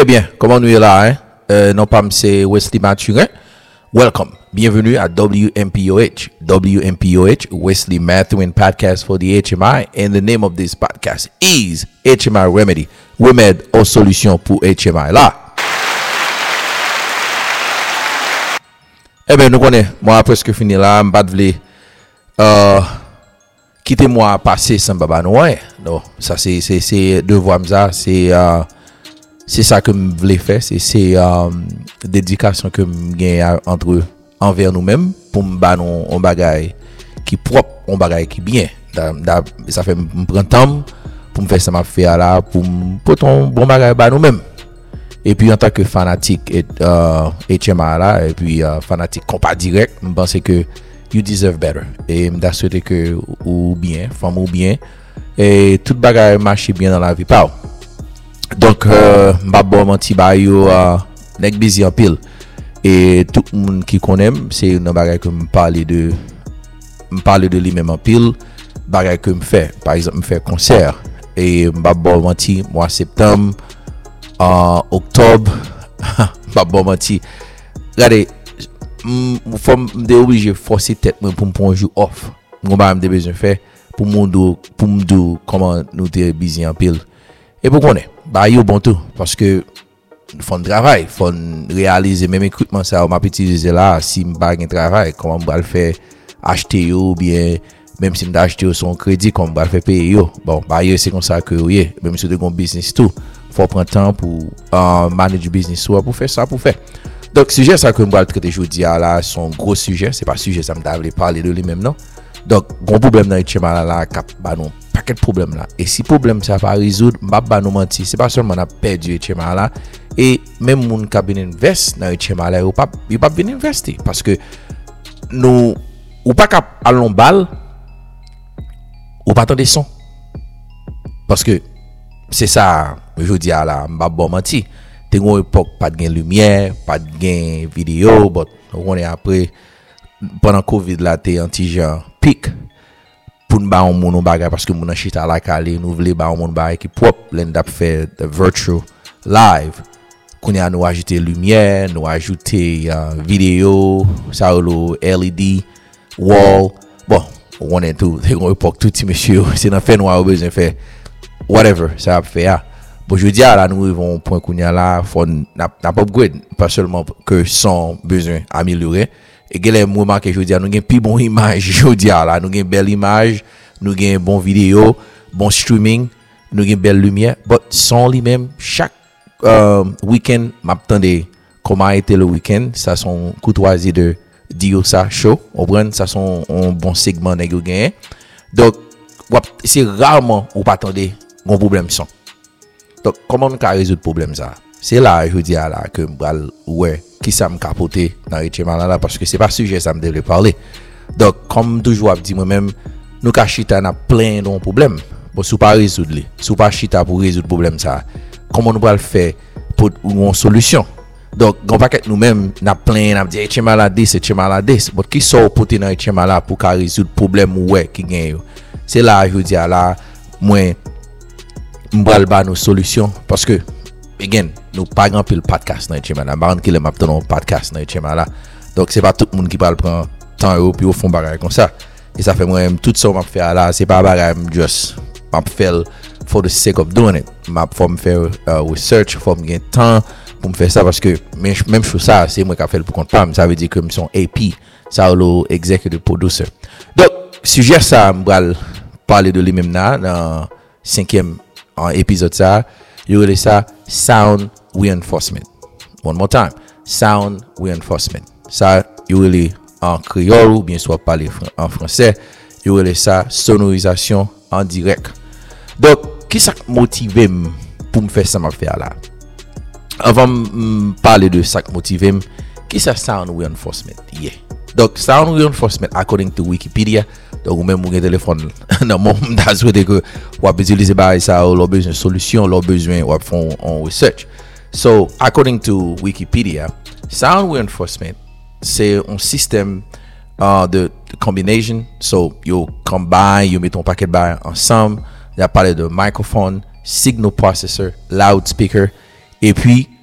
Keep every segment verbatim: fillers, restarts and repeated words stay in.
Eh bien, comment nous est là, hein? Euh, non pas c'est Wesley Mathurin. Welcome. Bienvenue à W M P O H. W M P O H, Wesley Mathurin Podcast for the H M I. And the name of this podcast is H M I Remedy. Remède aux solutions pour H M I là. Eh bien, nous connaissons. Moi, presque fini là. Je ne vais pas euh, quitter moi passer sans baba nous. Non, ça c'est c'est c'est devoir ça. C'est euh, c'est ça que je voulais faire. C'est c'est euh, dédication que je gagne entre envers nous-mêmes pour me battre un bagage qui propre, un bagage qui bien. Da, da, ça fait me prendre temps pour me faire ça m'a faire là pour pour ton bon bagage ba nous-mêmes. Et puis en tant que fanatique et euh, H M I là et puis euh, fanatique compas direct, je pense que you deserve better. Et je souhaite que ou bien, femme ou bien et tout bagage marche bien dans la vie pas. Donc euh m'a bon menti ba yo euh, nek busy en pile. Et tout le monde qui connaît, c'est un bagage que me parler de me parler de lui même en pile, bagage que me fait. Par exemple, me fait concert et m'a bon menti mois septembre en octobre pas bon menti. Regardez, faut me obligé forcer tête pour me prendre un jour off. Mon ba me besoin faire pour monde pour me dire comment nous t'es busy en pile. Et pour connaître, bah yo bon tout parce que faut un travail, faut réaliser même équipement ça on m'a utiliser là si me pas un travail comment on va le faire acheter ou bien même si me d'acheter son crédit comment on va le faire payer yo. Bon bah yo c'est comme ça que oui, même si tu as un business tout, faut prendre temps pour euh, manager business soit pour faire ça pour faire. Donc sujet ça que on va traiter aujourd'hui là, son gros sujet, c'est pas sujet ça me d'aller parler de lui même non. Donc gros problème dans H M I là cap ba non paquet de problème là et si problème ça pas résoudre m'a pas nous mentir, c'est pas seulement on a perdu H M I là et même moun ka bin invest dans H M I là ou pas il pas venir investir parce que nous ou pas cap allons balle ou pas attendre son parce que c'est ça je dis là m'a bon mentir t'es une époque pas de lumière pas de gain vidéo but on est après pendant Covid là t'es anti genre pic pour nous ba on mon bagage parce que mon chita la calé nous voulons ba on mon bagage qui propre l'end up faire the virtual live qu'on a nous ajouter lumière nous ajouter uh, vidéo ça le L E D wall bon on est tout c'est une époque tout petit monsieur c'est dans fait noir besoin faire whatever ça va faire bon je dis là nous arrivons au point qu'on a là faut n'a pas upgrade pas seulement que son besoin améliorer et les moments que je dis nous gain plus bon image je dis là nous gain belle image nous gain bon vidéo bon streaming nous gain belle lumière but son lui même chaque euh, week-end m'attendais comment a été le week-end ça son courtoisie de dire ça show on prend ça son un bon segment nèg gain donc c'est rarement ou pas attendez un problème son donc comment on peut résoudre problème ça c'est là je dis là que m'bral ouais qui ça me capoter dans H M I là parce que c'est pas sujet ça me devait parler donc comme toujours dit moi même nous ka chita n'a plein de problèmes bon sous pas résoudre les sous pas chita pour résoudre problème ça comment nous va le faire pour une solution donc on paquet nous même n'a plein n'a dit H M I là this H M I là this but qui sort pour dans H M I là pour ka résoudre problème ouais qui gagne c'est là je dis là moi m'bral ba nos solutions parce que again nous pas grand pile podcast dans H M I là par qui le m'a ton podcast dans H M I là donc c'est pas tout le monde qui parle prend temps et puis au fond bagage comme ça et ça fait moi même tout ça m'a faire là c'est pas bagage just m'a faire for the sake of doing it m'a faut me faire uh, research faut me gagner temps pour me faire ça parce que même chose ça c'est moi qui a fait pour compte pas ça veut dire que me son A P ça le executive producer donc sujet ça m'bral parler de lui même là dans cinquième épisode ça you will ça sound reinforcement one more time sound reinforcement ça you will en créole ou bien soit parler en français you will ça sonorisation en direct donc qui ça motive pour me faire ça m'a faire là avant de parler de ça motive qui ça sound reinforcement yeah donc sound reinforcement according to Wikipedia donc ou même mon téléphone non mon d'ajouter que ou a utiliser ba ça ou besoin de solution ou besoin ou font en research so according to Wikipedia sound reinforcement c'est un système uh, de, de combination so you combine you mets ton paquet de ba ensemble il a parlé de microphone signal processor loudspeaker et puis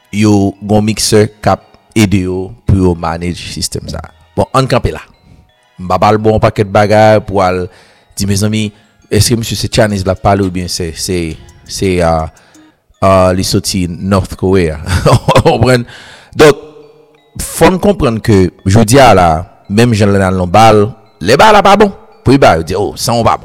yo gon mixeur cap aider yo pour manage système ça. Bon, on camper là. M'pa pas le bon paquet de bagages pour al dire mes amis, est-ce que monsieur c'est Chinese la parle ou bien c'est c'est c'est euh euh les sorties North Korea. Donc faut comprendre que je dis à la même gens dans le bal, les balles là pas bon. Puis bah dire oh, ça on pas bon.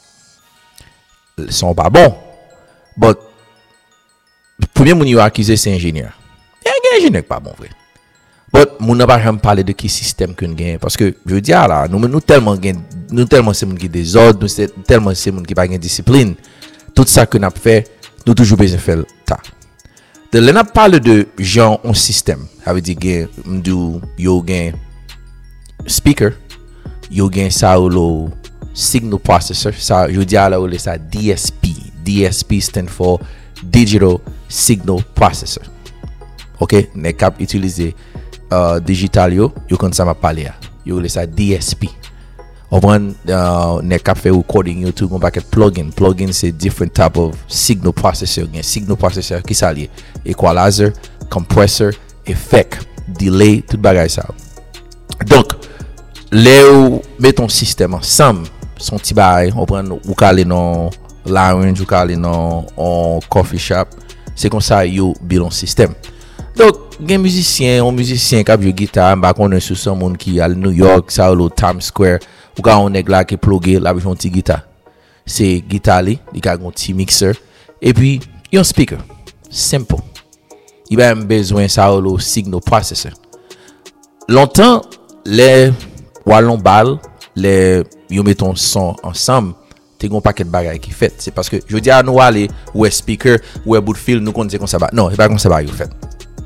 Ils sont pas bons. But premier moun yo accusé c'est ingénieur. Et un ingénieur pas bon vrai. But moun n'a pas jamais parler de qui système que nous gagne parce que je dis là nous nous tellement gagne nous tellement c'est moun qui désordre, nous c'est tellement c'est moun qui pas gagne discipline. Tout ça que n'a fait, nous toujours besoin faire ta. De là n'a parle de genre un système. Ça veut dire gagne m'dou yo gagne speaker, yo gagne ça ou signal processor, ça je dis là ou ça D S P. D S P stand for Digital Signal Processor. OK, ne cap utiliser uh, digital yo, yo kon ça m'a parler. Yo le ça D S P. On uh, ne cap fait recording yo tout on paquet plugin. Plugin c'est different type of signal processor. Gen signal processor qui ça lié equalizer, compressor, effect, delay, tout bagay ça. Donc, là met ton système ensemble, son petit bail, on prend ou caler dans lounge ou caler dans en coffee shop, c'est comme ça yo build un système. Donc, gen musicien, un musicien qui joue guitare, ba connait sous son monde qui à New York, ça au Times Square, ou ka on nèg là qui plugé là avec un petit guitare. C'est guitare li, il a un petit mixer et puis un speaker. Simple. Il a besoin ça au signal processor. Longtemps les wallon bal, les yo mettons son ensemble, t'es gon paquet de bagages qui fait. C'est parce que je dis à nous aller ou speaker ou bout de fil nous connaissons comme ça va. Non, c'est pas comme ça va yo fait.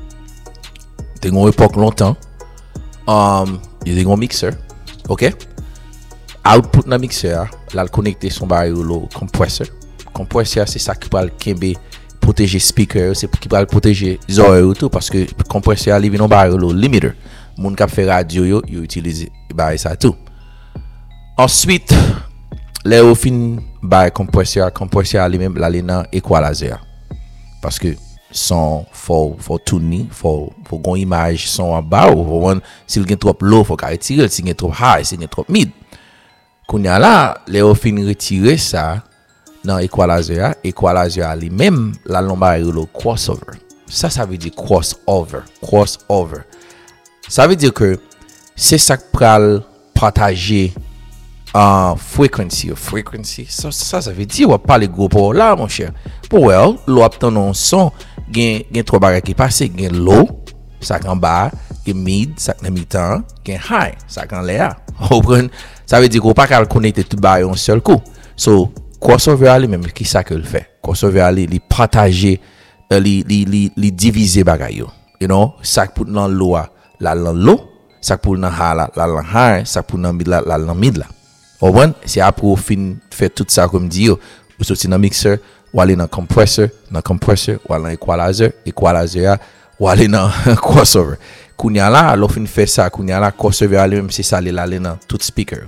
T'es gon époque longtemps. Um, il y a un mixeur, OK? Output dans mixeur, là le connecter son bail au compresseur. Compresseur c'est ça qui va le kembe protéger speaker, c'est qui va le protéger oreilles tout parce que compresseur li vinn on bail au limiter. Moun k'ap fait radio yo, yo utilise bail ça tout. Ensuite, les au fin bail compresseur, compresseur lui-même là li nan equalizer. Parce que son faut faut tourner, faut faut gon image son en bas ou s'il gen trop low faut ka retirer, s'il gen trop high, s'il gen trop mid. Kounya là, les au fin retirer ça dans equalizer, equalizer lui-même la lomba le crossover. Ça ça veut dire crossover, crossover. Ça veut dire que c'est ça que pral partager en frequency, frequency. Ça, ça, ça veut dire, on va parler gros pour là, mon cher. Pour well, l'eau obtient un son, gen, gen trois barres qui passent, gen low, ça en bas, gen mid, ça en mi-temps, gen high, ça en l'air. Ça veut dire qu'on pas qu'à connecter tout barre en seul coup. So, crossover ali même, qui ça que le fait? Crossover ali, li partager, li, li, li, li diviser bagay yo. You know, ça pour dans l'eau, la lan low, ça pour dans high, la, la lan high, ça pour dans mid, la, la lan mid là. Au moins, c'est après au fin fait tout ça comme dit, ou sorti dans mixer, ou aller dans compressor, dans compressor, ou aller dans equalizer, equalizer, ou aller dans crossover. Kounya là, l'on fin fait ça, kounya là, crossover lui-même c'est ça, aller dans tout speaker.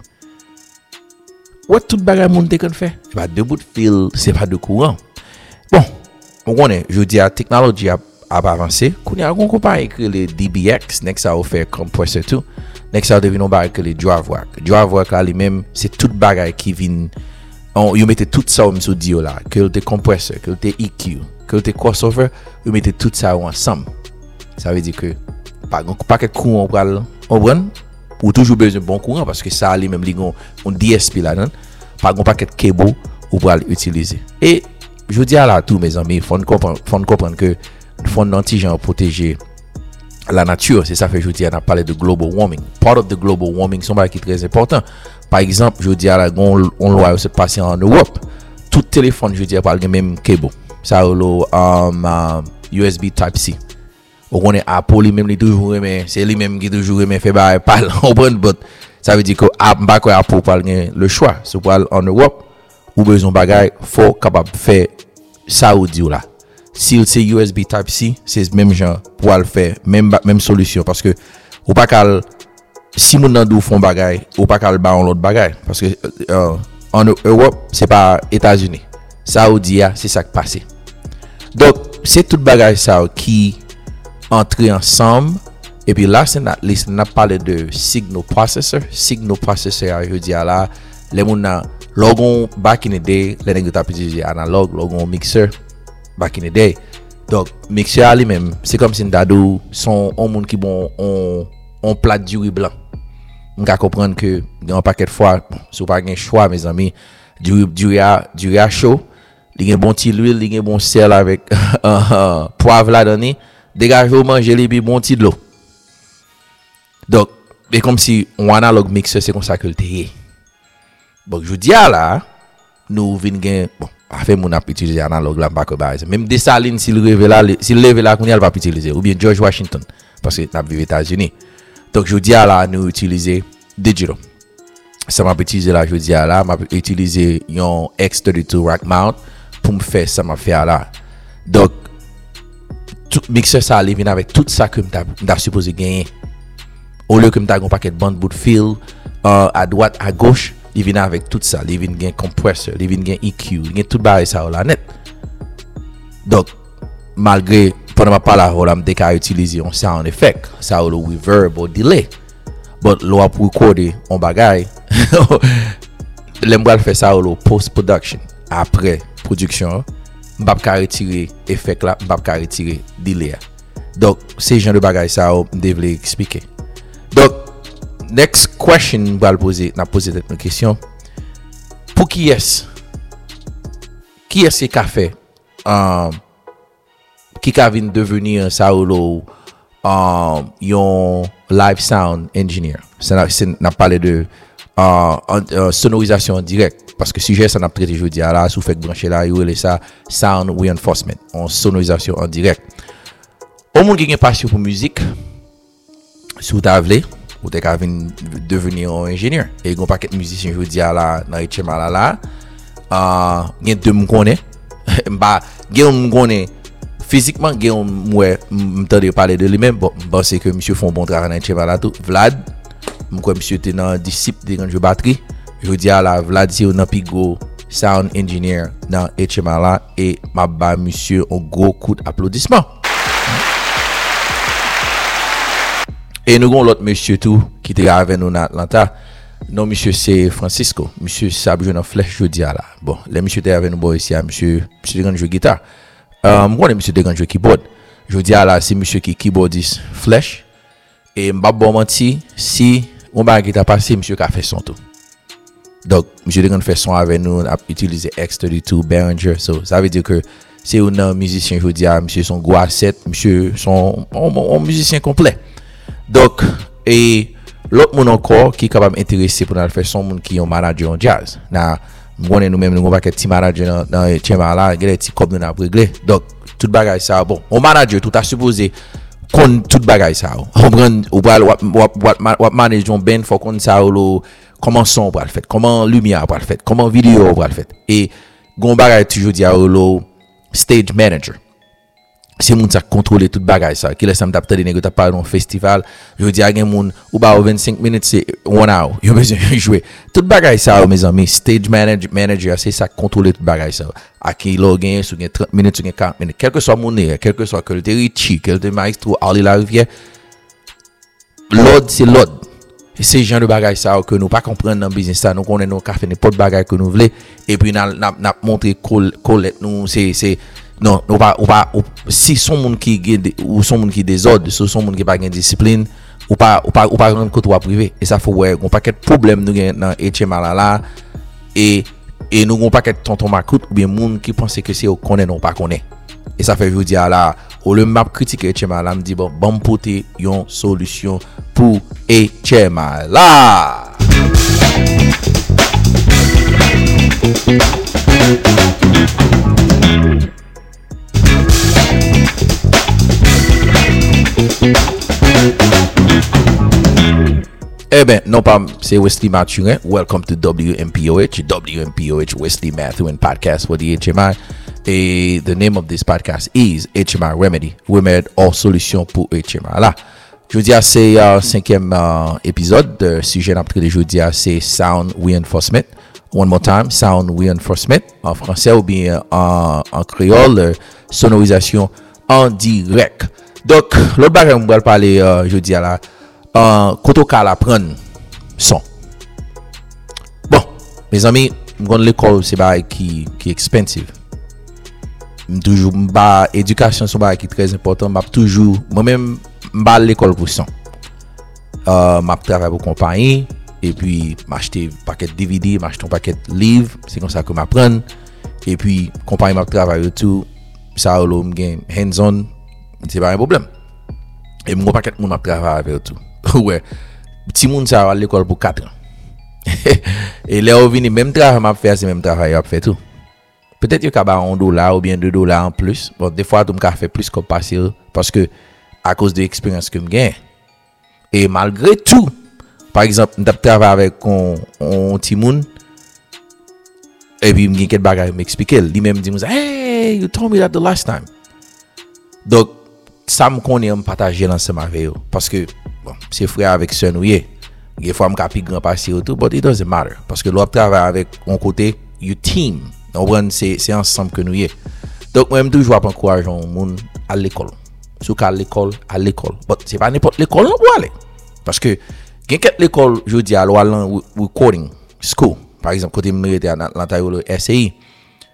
What tout bagay moun te kon fait? C'est pas de bout de fil, c'est pas de courant. Bon, on connaît, je dis la technologie a, a avancé. Kounya on compare que les D B X, next ça fait compressor tout. Next ça devient un bagage que les drive work. Drive work là lui-même c'est tout bagage qui vient on you mettez tout ça sur dio là, que le compresseur, que le E Q, que le crossover, you mettez tout ça ensemble. Ça veut dire que pas pas que courant pour on prend ou toujours besoin de bon courant parce que ça lui-même li gon on D S P là non, pas un paquet de câble ou pour utiliser. Et je dis à là tous mes amis, faut comprendre faut comprendre que faut anti-gens protéger la nature, c'est ça fait je dis on a parlé de global warming. Part of the global warming sont qui est très important. Par exemple, je dis à la on on loi se passer en Europe. Tout téléphone je dis pas le même câble. Ça le um, uh, U S B type C. On est Apple lui même lui toujours mais c'est lui même qui toujours mais fait pas pas on but ça veut dire que pas quoi Apple pas le choix. C'est pour en Europe ou besoin bagaille faut capable faire ça ou dire là. Si c'est U S B type C, c'est même genre pour le faire même même solution parce que ou pas qu'al si moun nan dou font bagay ou pas qu'al ba on l'autre bagay parce que euh, en Europe c'est pas États-Unis. Saoudi c'est ça qui passe. Donc c'est tout bagay ça qui entrer ensemble. Et puis là, c'est not least, on a parlé de signal processor. Signal processor, je dis là, les gens, logon back in the day, les gens qui utilisé analogue, logon mixer, back in the day. Donc, mixer lui-même, c'est comme si nous sont un monde qui bon, on, on plat du riz blanc. On peut comprendre que, dans un paquet de fois, bon, si vous n'avez pas de choix, mes amis, du, du, du riz chaud, il y a un bon petit huile, il y a un bon sel avec uh, poivre là-dedans, dégagez-vous, mangez les bon petit de l'eau. Donc, c'est comme si on analogue mixer, c'est comme ça que le thé. Donc, je vous dis là, nous venons, bon, à faire mon app utiliser analogue là, pas que même Dessalines, s'il lève là, s'il lève là, qu'on y a pas utiliser, ou bien George Washington, parce que nous vivons aux États-Unis. Donc, je vous dis là, nous utiliser digital. Ça m'a utiliser là, je vous dis là, m'a utiliser un X trente-deux rack mount pour me faire ça, m'a fait là. Donc, tout mixer ça, il vient avec tout ça que je supposé gagner. Au lieu que je un paquet de bande bout de fil euh, à droite, à gauche, il vient avec tout ça. Il vient un compresseur, il vient un E Q, il vient tout barré ça là net. Donc, malgré, pendant ma parole, on a déjà utilisé un sound effect, ça a le reverb ou delay. Mais l'on a pour recorder un bagage, l'aime faire ça au post-production. Après production, je ne peux pas retirer l'effet là, je ne peux pas retirer delay. Donc, c'est genre de bagage ça, je devrais expliquer. Donc, next question, je vais poser, je poser cette question. Pour qui est-ce qui est-ce qui a fait um, qui a vu devenir ça ou um, un live sound engineer? Ça n'a parlé de uh, uh, sonorisation en direct parce que sujet ça n'a traité je dis là sous fait brancher là il y ça sound reinforcement en sonorisation en direct. Au monde qui a une passion pour musique, si vous avez ou t'es qu'à devenir un ingénieur et un paquet de musiciens je dis là dans H M A là là euh gain deux me connaît bah gain me connaît physiquement gain moi m'entendre parler de lui-même bon pense que monsieur font bon travail dans H M A là tout Vlad moi monsieur était dans disciple de jeu batterie je dis là Vlad c'est un pigo sound engineer dans H M A là et m'a ba monsieur un gros coup d'applaudissement. Et nous avons l'autre monsieur tout qui était avec nous dans Atlanta. Non, monsieur, c'est Francisco. Monsieur, ça a besoin de flèche jeudi là. Bon, les monsieur étaient avec nous ici, monsieur, monsieur de jouer guitare. Euh, moi, les monsieur de jouer keyboard. Je dis là, c'est monsieur qui keyboardiste flèche. Et m'ba bon menti, si on va guitare passer, monsieur qui a fait son tout. Donc, monsieur de fait son avec nous, a utilisé X trente-deux Behringer. So, ça veut dire que c'est un musicien, je dis, monsieur son gros asset, monsieur son un musicien complet. Donc, et l'autre monde encore qui est capable d'intéressé pour nous faire son monde qui est un manager en jazz. Na, nous nous-mêmes, nous avons un petit manager dans le thème là, il y a des petits comme nous avons réglé. Donc, tout bagage ça, bon, un manager, tout a supposé qu'on tout bagage ça. On prend, ou pas, ou manager un band, faut qu'on ça, comment son va le faire, comment lumière va le faire, comment vidéo va le faire. Et, gon bagage toujours dit à le stage manager. C'est moun ça contrôler toute bagage ça qui laisse me taper des nègres pas dans festival je dis à gen moun ou ba vingt-cinq minutes c'est one hour yo besoin jouer toute bagage ça mes amis stage manager manager c'est ça contrôler toute bagage ça à qui login sur trente minutes sur quarante minutes quel que soit mon nez quel que soit que le Richie quel que maestro Ali la rivière l'ordre c'est l'ordre et c'est genre de bagage ça que nous pas comprendre dans business ça nous connaît nos café n'importe bagage que nous voulons et puis n'a n'a montrer collecte nous c'est c'est non, ou pas, ou pas, ou, si son monde qui ou son monde qui désordre, si son monde qui pas gain discipline, ou pas, ou pas, ou pas rendre compte ou privé. Et ça faut ouais, on paquet de problèmes nous gain dans H M A là là et et nous on paquet de tonton macoute ou bien monde qui pense que c'est au connaît non pas connaît. Et ça fait je dis là, au lieu m'a critiquer H M A là, me dit bon, bon porter une solution pour H M A là. Eh ben, non pas, c'est Wesley Mathurin. Welcome to W M P O H, W M P O H Wesley Mathurin podcast for the H M I. Et the name of this podcast is H M I Remedy. We made all solutions pour H M I. Là, je vous dis, c'est le uh, cinquième uh, épisode. Le sujet d'après je vous dis, c'est Sound Reinforcement. One more time, Sound Reinforcement. En français ou bien en, en créole, sonorisation en direct. Donc, l'autre bagage on va parler euh, je dis là euh koto ka la prendre son. Bon, mes amis, m'gon l'école c'est bail qui qui expensive. Toujours ba éducation son bail qui très important, m'a toujours moi-même m'a l'école pour son. Euh m'a travailler pour compagnie et puis m'acheter paquet D V D, m'acheter un paquet livre, c'est comme ça que m'apprendre et puis compagnie m'a travailler tout ça lo m'gain hands on, c'est pas un problème. Et mon paquet moun m'a travailler avec tout. Ouais. Petit moun ça à l'école pour quatre ans. Et là on vient même travail m'a faire c'est même travail a fait tout. Peut-être qu'il y a un dollar ou bien deux dollars en plus. Bon des fois tout me fait plus comme passer parce que à cause de l'expérience que me gagne. Et malgré tout, par exemple, je travaille avec un, un petit monde et puis il me dit quelque chose m'expliquer. Lui même dit hey, you told me that the last time. Donc ça me connaît me partager l'ensemble avec eux parce que bon, c'est frère avec sœur nous y. Des fois me capi grand passer tout, but it doesn't matter parce que l'on travaille avec un côté you team. Donc c'est c'est ensemble que nous y. Donc moi même toujours encourager un monde à l'école. Sous qu'à l'école, à l'école. Mais c'est pas n'importe l'école non pour aller. Parce que quelqu'un l'école, je dis à l'oualan recording school, par exemple, côté m'arrêter à Atlanta le S A I.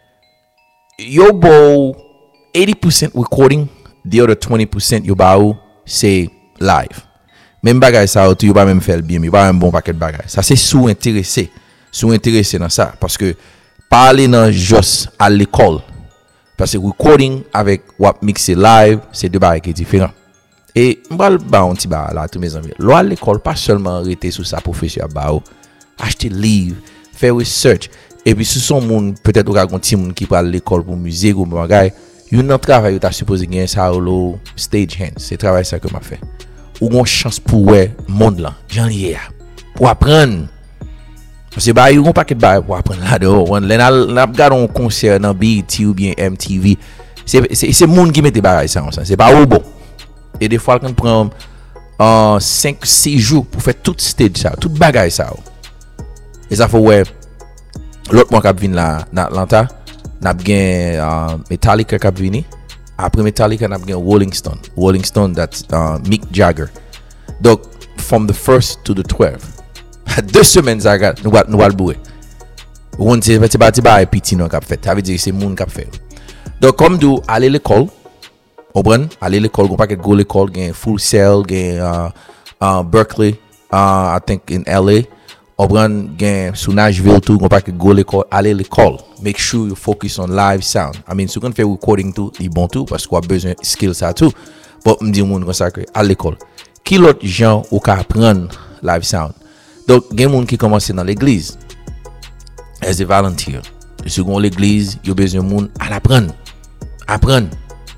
Yo bo eighty percent recording, the other twenty percent yo ba ou c'est live. Même bagay ça tu yo pas même faire bien, yo pas un bon paquet de bagay. Ça c'est sous intéressé, sous intéressé dans ça parce que parler dans juste à l'école. Parce que recording avec ou mixer live, c'est deux bagages qui différents. Et m'bral ba un petit ba là tous mes amis. Lo à l'école pas seulement rester sur sa profession ba ou acheter livre, faire research et puis si son monde peut-être ou un petit monde qui parle l'école pour musique ou bagay, you nan travail ou ta supposé gagner ça au stage hand, c'est travail ça que m'a fait. Ou gon chance pour ouais monde là, j'en y a pour apprendre. C'est ba yon paquet ba pour apprendre là dehors. On n'a pas un concert dans B E T ou bien M T V. C'est c'est c'est monde qui mette ba ça ensemble. C'est pas au bon. Et des fois quand prend en cinq six jours pour faire toute stage ça, toute bagaille ça. Et ça faut ouais l'autre mois qui vient là dans Atlanta, n'a bien Metallica qui vient. Après Metallica n'a bien Rolling Stone. Rolling Stone that's uh, Mick Jagger. Donc from the first to the twelfth. Deux semaines ça nous va nous va le bourrer. On c'est c'est pas pas petit non qu'a fait. Ça veut dire c'est monde qu'a fait. Donc comme d'où aller l'école, on prend aller l'école, on pas que go l'école, gain Full Sail, gain uh, uh, Berkeley, uh, I think in L A. On prend gain sous Nashville tout, on pas que go l'école, aller l'école. Make sure you focus on live sound. I mean, si on fait recording tout, il bon tout parce qu'on a besoin skills ça tout. But me dit monde comme ça que à l'école. Qui l'autre gens ou qu'à apprendre live sound. Donc, il y a des gens qui commencent dans l'église. As a volunteer. Second l'église, il y a besoin de gens à l'apprendre. Apprendre.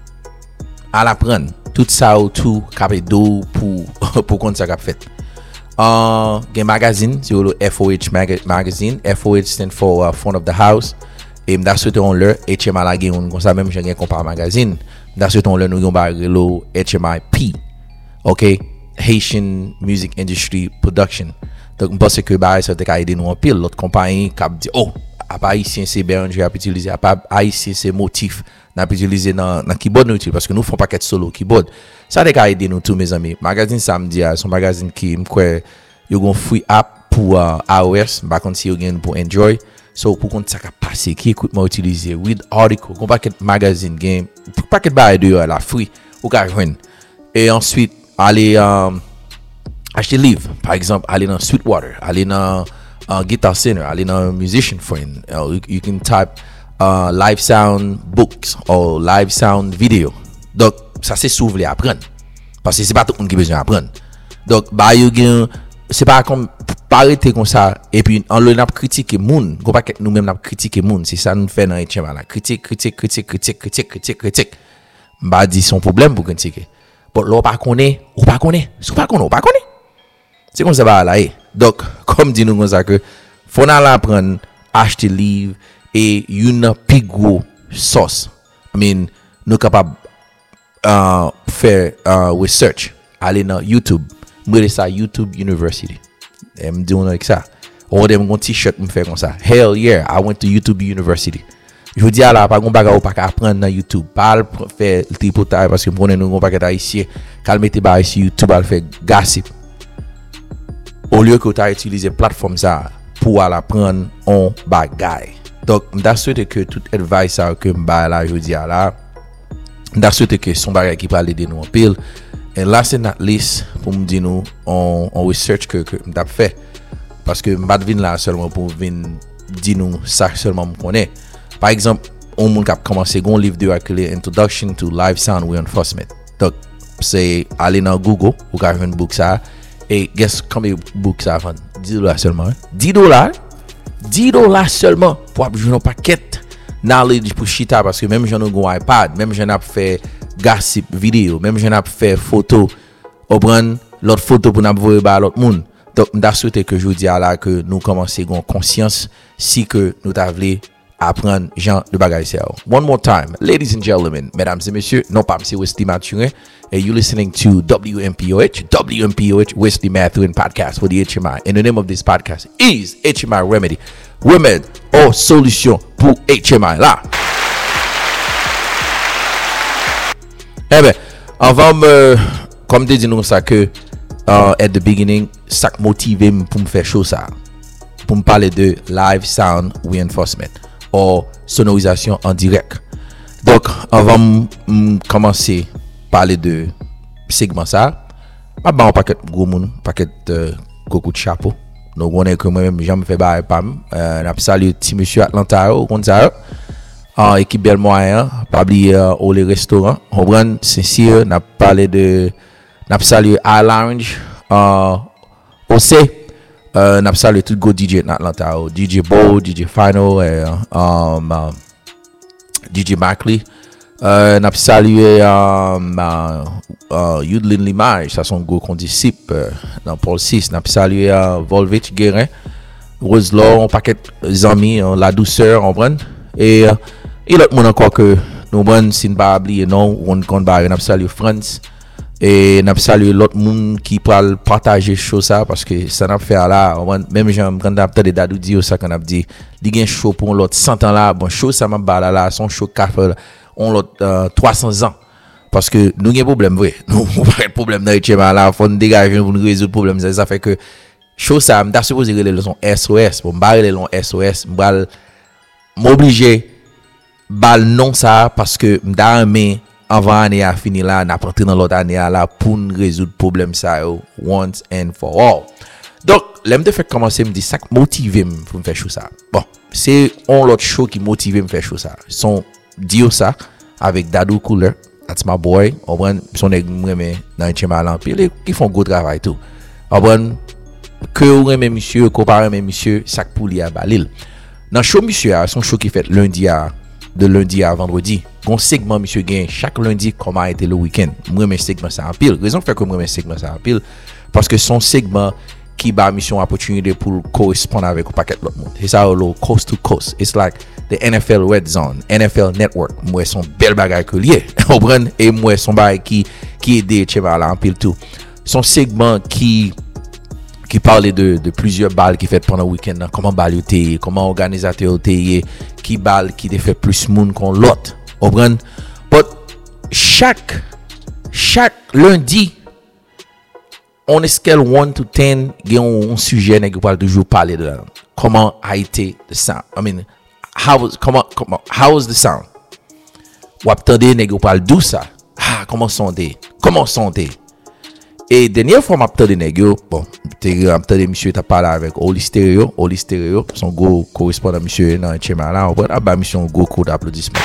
À l'apprendre. Tout ça ou tout, capé d'eau pour, pour qu'on ça fait. Euh, il y a un magazine, c'est le F O H mag- magazine. F O H stand for uh, Front of the House. Et that's what on learn. H M I la gagne, comme ça même, j'ai un compare magazine. That's what on learn, nous avons le H M I P. OK? Haitian Music Industry Production. Donc parce que bah ça t'a aidé nous en pile l'autre compagnie qui dit oh à pas haïtien c'est bien je vais utiliser à pas haïtien c'est motif n'a pas utiliser dans dans keyboard nous parce que nous font paquet solo keyboard ça t'a aidé nous tous mes amis magazine samedi son magazine qui me quoi yo gon free app pour uh, iOS par contre si yo gain pour Android so pour qu'on ça passer qui écoute moi utiliser with article gon paquet magazine game paquet ba de la free ou ka joindre et ensuite aller um, acheter livre par exemple aller dans Sweetwater aller dans uh, Guitar Center aller dans Musician Friend uh, you, you can type uh, live sound books or live sound video donc ça c'est souvent apprendre parce que c'est pas tout le monde qui besoin apprendre donc bah you c'est pas comme pas arrêter comme ça et puis en le n'a critiquer monde qu'on pas nous même n'a critiquer monde c'est ça nous fait dans H M A la critique critique critique critique critique critique critique bah dit son problème pour critiquer bon l'on pas connaît ou pas connaît ou pas connaît ou pas connaît c'est comme ça va là. Donc, comme dit nous comme ça que faut aller apprendre acheter livre et une plus gros source. I mean, nous capable uh, faire uh, research, aller dans YouTube, moi ça YouTube University. Et me dit on avec ça. Ou dem un t-shirt me fait comme ça. Hell yeah, I went to YouTube University. Je dis à la pas gon bagay ou pas apprendre dans YouTube, pas faire le tripotage parce que m'konn nous gon paquet haïtien, kal mette ba sur YouTube al faire gossip. Au lieu que tu as utilisé plateforme ça pour aller apprendre on bagay. Donc m'da souhaité que toute advice ça que m'ba là je dis à la m'da souhaité que son bagay qui parle de nous en pile. Et last and not least pour me dire nous on on research que que m'da fait parce que m'ba vinn là seulement pour vinn dire nous ça seulement me connaît. Par exemple, on moun k'ap commencer gon livre de accueillir Introduction to Live Sound Reinforcement. Donc c'est aller dans Google ou ka un book ça et guess combien book ça vend dix dollars seulement. Hein? dix dollars dix dollars seulement pour jouer un paquet knowledge pour chita parce que même j'en ai un iPad, même j'en ai fait gossip vidéo, même j'en ai fait photo ou prendre l'autre photo pour n'avoir ba l'autre monde. Donc m'da souhaité que je dis à là que nous commencer gon conscience si que nous t'a voulu apprendre genre de bagay ça. One more time, ladies and gentlemen, mesdames et messieurs, non pas monsieur Wesley Mathurin, and you listening to W M P O H, W M P O H Wesley Mathurin podcast for the H M I. And the name of this podcast is H M I Remedy, remède or solution pour H M I là. Eh ben, avant me, comme te dit nous ça que uh, at the beginning, ça motivé pour me faire chose ça, pour me parler de live sound reinforcement. Ou sonorisation en direct. Donc, avant de commencer à parler de segment ça, je vais un paquet de gros moun, paquet de coucou de chapeau. Donc, on est que moi-même, j'aime faire bail pam. Euh, n'a salué petit monsieur Atlanta, comme ça. En équipe bel moyen, pas oublier au les restaurants. On prend sincère, n'a parlé de n'a salué à Lounge, euh, au C. Uh, n'a salué tout go D J dans Atlanta, D J Bo, D J Final et um, uh, D J Mackley. Uh, n'a salué um, uh, uh, Yudlin Limage, ça son gros condisciple uh, dans Paul six. N'a salué uh, Volvich Guérin, Roselor, un paquet d'amis, uh, la douceur, on prend. Et uh, et l'autre monde encore que nous prend sin pas oublier non, on compte pas, n'a salué France. Et n'a salué l'autre monde qui parle partager chose ça parce que ça n'a fait là même j'aime quand d'apter des dadou dire ça quand a dit il gagne show pour l'autre cent ans là bon show ça m'a bala là son show café on l'autre euh, trois cents ans parce que nous gagne problème vrai nous pas de problème dans H M I là faut dégager pour nous résoudre problème ça, ça fait que show ça m'a supposé relever son S O S pour me relever son S O S m'bal m'obliger bal non ça parce que m'da aimé avant année à finir là n'a pas dans l'autre année là pour résoudre problème ça once and for all. Donc l'aime de fait commencer me dit ça motiver pour me faire chose ça. Bon, c'est on l'autre show qui motive me faire chose ça. Son dio ça avec Dadou Cooler, that's my boy. On prend son mais dans H M I là puis qui font gros travail tout. On prend que ou même monsieur comparé même monsieur ça pour lui à Balil. Dans show monsieur son show qui fait lundi à de lundi à vendredi. Gon segment monsieur gain chaque lundi comment a été le week-end. Moi mes segment ça en pile. Raison fait que moi mes segment ça en pile parce que son segment qui ba mission opportunité pour correspondre avec un paquet l'autre monde. C'est ça le coast to coast. It's like the N F L Red Zone, N F L Network. Moi son bel bagage que lié. Comprendre et moi son bagage qui qui aide cheval en pile tout. Son segment qui qui parlait de, de plusieurs balles qui fait pendant le week-end, comment balle était, comment organisateur était, qui balle qui fait plus monde qu'on l'autre. But chaque chaque lundi on scale one to ten, il y a un sujet qui parle toujours parler de comment a été the sound. I mean, how was comment comment how was the sound? Ou attendez nèg parle d'où ça? Ah, comment sonner? Comment sonner? Et dernière fois m'a attendé nèg bon, t'ai attendé monsieur t'a parlé avec Oli Stereo, Oli Stereo, son gros correspondant monsieur dans H M I là, on va ba mission gros coup d'applaudissements.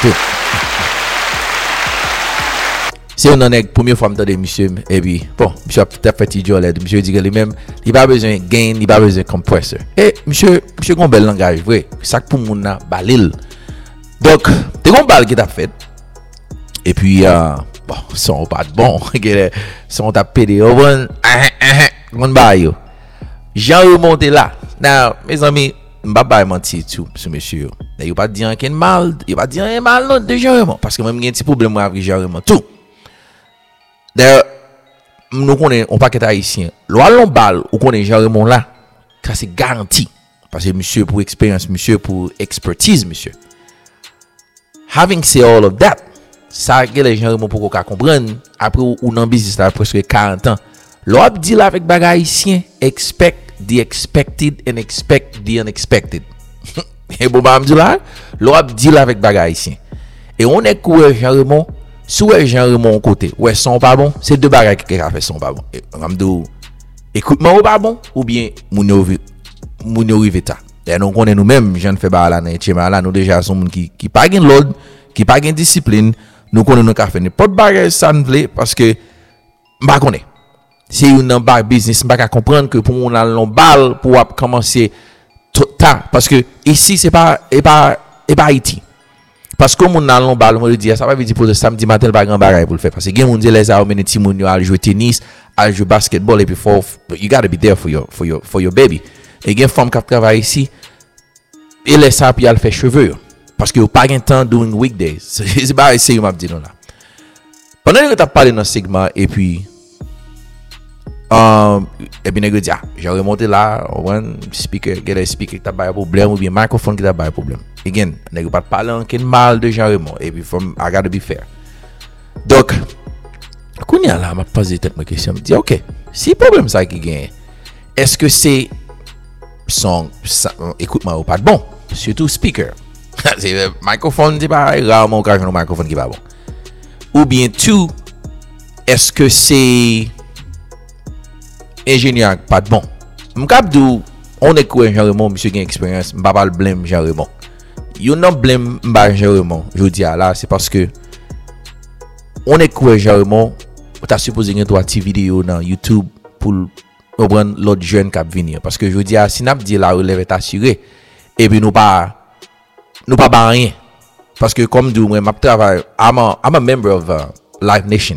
C'est une année première fois m'entendre monsieur et puis bon monsieur a peut-être fait idiot monsieur dit que lui-même il pas besoin gain il pas besoin compresseur et monsieur monsieur gon bel langage vrai ça pour moun na balil donc t'es gon bal qui t'a fait et puis euh, bon son pas bon son t'a pédé au bon on ba yo Jean remonté là now mes amis m'pa pas mentir tout ce monsieur il pas dire qu'il mal il pas dire mal non de Jean parce que même il y a un petit problème avec Jean tout. D'ailleurs, nous connaissons un paquet haïtien. Loi Lombal, ou connaît Jean-Raymond là, ça c'est garanti. Parce que monsieur pour expérience, monsieur pour expertise, monsieur. having said all of that, ça que les gens pour qu'on comprendre après ou dans business là presque quarante ans. L'op dit là avec bagay haïtien, expect the expected and expect the unexpected. Et bon bah me dit là, l'op dit là avec bagay haïtien. Et on est quoi Jean Raymond, sous Jean Raymond côté. Ouais, son pas bon, c'est deux bagay qui a fait son pas bon. On me dit écoute-moi ou pas bon ou bien moun yo moun yo riveta. Et nous connaissons nous-mêmes, j'en fais pas là dans chez là, nous déjà sont moun qui qui pas gain l'ordre, qui pas gain discipline, nous connaissons nous ka faire n'importe bagay ça ne veut parce que m'pa connaît. Si une nan bar business, m'pa comprendre que pour on a long balle pour commencer tout tard parce que ici c'est pas et pas et pas Haïti. Parce que mon a long balle, on le dit ça va veut dire pour le samedi matin pas grand bagay pour le faire parce que gen moun dit les a mené ti moun yo à jouer tennis, à jouer basketball et puis for you got to be there for your for your for your baby. Et gen femme qui travaille ici et laisse ça puis elle fait cheveux parce que pas gain temps during weekdays. C'est pas essayer m'a dit non là. Pendant que tu as parlé dans segment et puis um et puis nèg dit ah, j'ai remonté là, one speaker, get a speaker qui t'a pas problème ou bien microphone qui t'a pas problème. Again, nèg pas parler en mal de Jean Raymond et puis from I got to be fair. Donc kounya là m'a posé tête ma question, me dit OK, si problème ça qui gagne, est-ce que c'est son écoute-moi ou pas bon, surtout speaker. C'est microphone c'est pas rarement occasion de microphone qui va bon. Ou bien tout est-ce que c'est ingénieur pas bon. M'cap dou on est quoi Jean Raymond monsieur gain expérience, m'pa pas le blame Jean Raymond. You non blame m'pa Jean Raymond. Je dis là c'est parce que on est quoi Jean Raymond, tu as supposé gagner toi active vidéo dans YouTube pour prendre l'autre jeune qui venir parce que je dis si n'a dit la relève est assurée et puis nous pas nous pas ba rien parce que comme du moi m'a travail I'm a, I'm a member of uh, Live Nation.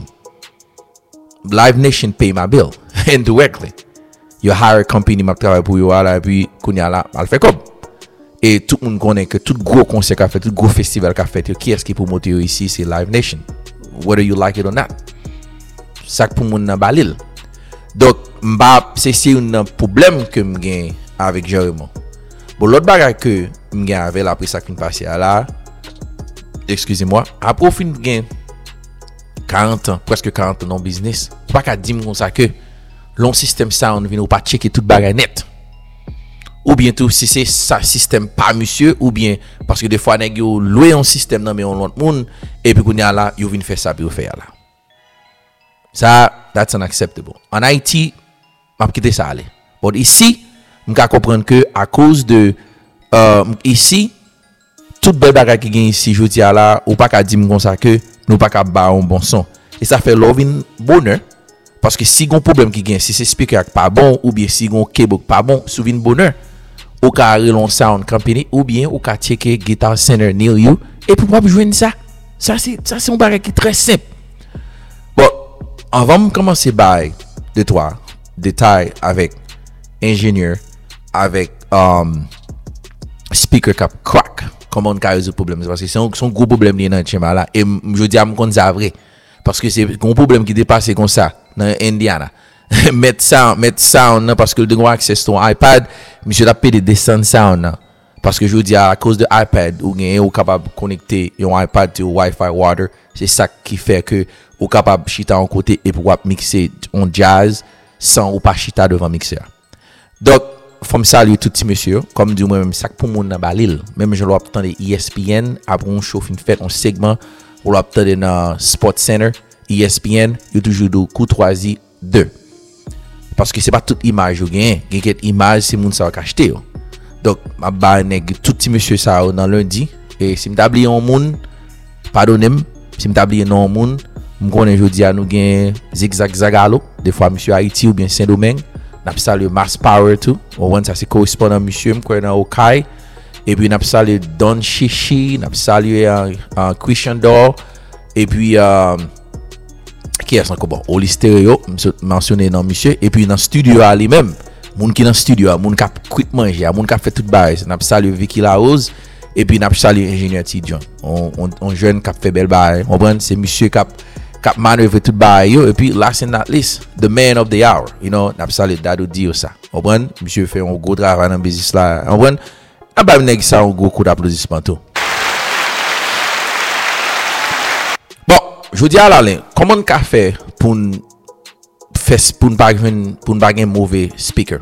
Live Nation pay my bill indirectly. You hire a company m'a travail pour yo là et puis kounya là al fait comme et tout le monde connaît que tout gros concert qu'a fait, tout gros festival qu'a fait, qui est-ce qui promote ici c'est Live Nation. Whether you like it or not. Ça pour moun nan balil. Donc m'ba c'est c'est un problème que m'gain avec Jean Raymond. Bon l'autre bagage que m'gain avec après ça qui passé là. Excusez-moi, après fin gain quarante ans, presque quarante ans dans business. Pas qu'à dire comme ça que long système sound vient ou pas checker tout bagage net. Ou bien tout si c'est ça système pas monsieur ou bien parce que des fois nèg yo loué un système dans mais on l'autre monde et puis qu'on y a là yo vinn faire ça puis faire là. Ça that's unacceptable. En Haïti, m'a quitter ça aller. But ici, m'ka comprendre que à cause de euh, ici tout bel bagage qui gagne ici je dis là ou pas qu'à dire comme ça que nous pas qu'à ba un bon son. Et ça fait loving bonheur parce que si gon problème qui gagne si c'est speaker pas bon ou bien si gon cable pas bon, souvin bonheur. Ou ka relon sound company ou bien ou ka checker guitar center near you et puis pour jouer ça. Ça c'est ça c'est un bagage qui très simple. Bon, avant de commencer by de toi détail avec ingénieur avec um, speaker cap crack comment on résout problème parce que c'est un, un gros problème dans le schéma là et je dis à me connait ça vrai parce que c'est un problème qui dépasse comme ça dans Indiana. Mettre sound mettre sound parce que le droit accès ton iPad monsieur t'a payé des sound sound parce que je dis à cause de iPad ou gain ou capable connecter un iPad to Wi-Fi water c'est ça qui fait que ou capable chita en côté et pouvoir mixer en jazz sans ou pas chita devant mixeur. Donc faut me saluer tout petit monsieur comme dit moi même ça pour mon dans balil même je dois attendre E S P N après on chauffe une fête un segment pour l'attendre dans Sport Center E S P N il toujours de courtoisie deux parce que c'est pas toute image ou gain gain quelque image c'est moun ça acheter donc ma ba nèg tout petit monsieur ça dans lundi et si m'tabli un moun pardonnez-moi si m'tabli non moun m'konn jodi a nou gain zigzag zagalo des fois monsieur Haïti ou bien Saint-Domingue n'a salué Mass Power tout ou one ça c'est correspondant monsieur m'konn dans Okai et puis n'a salué Don Chichi n'a salué un uh, uh, Christian Dor et puis uh, qui est encore bon Oli Stereo mentionné dans monsieur et puis dans studio à lui-même moun qui dans studio moun qui quit manger moun qui fait toute base n'a salué Vicky Laose et puis n'a salué ingénieur T John on on, on jeune qui fait belle bail on prend c'est monsieur qui qui manœuvre toute bail et puis last and not least the man of the hour you know n'a salué Dado Dio ça on prend monsieur fait un gros travail dans business là on prend n'a pas nèg ça un gros coup d'applaudissement tout je dis à la comment on peut faire pour faire pour ne pas pour ne pas un mauvais speaker.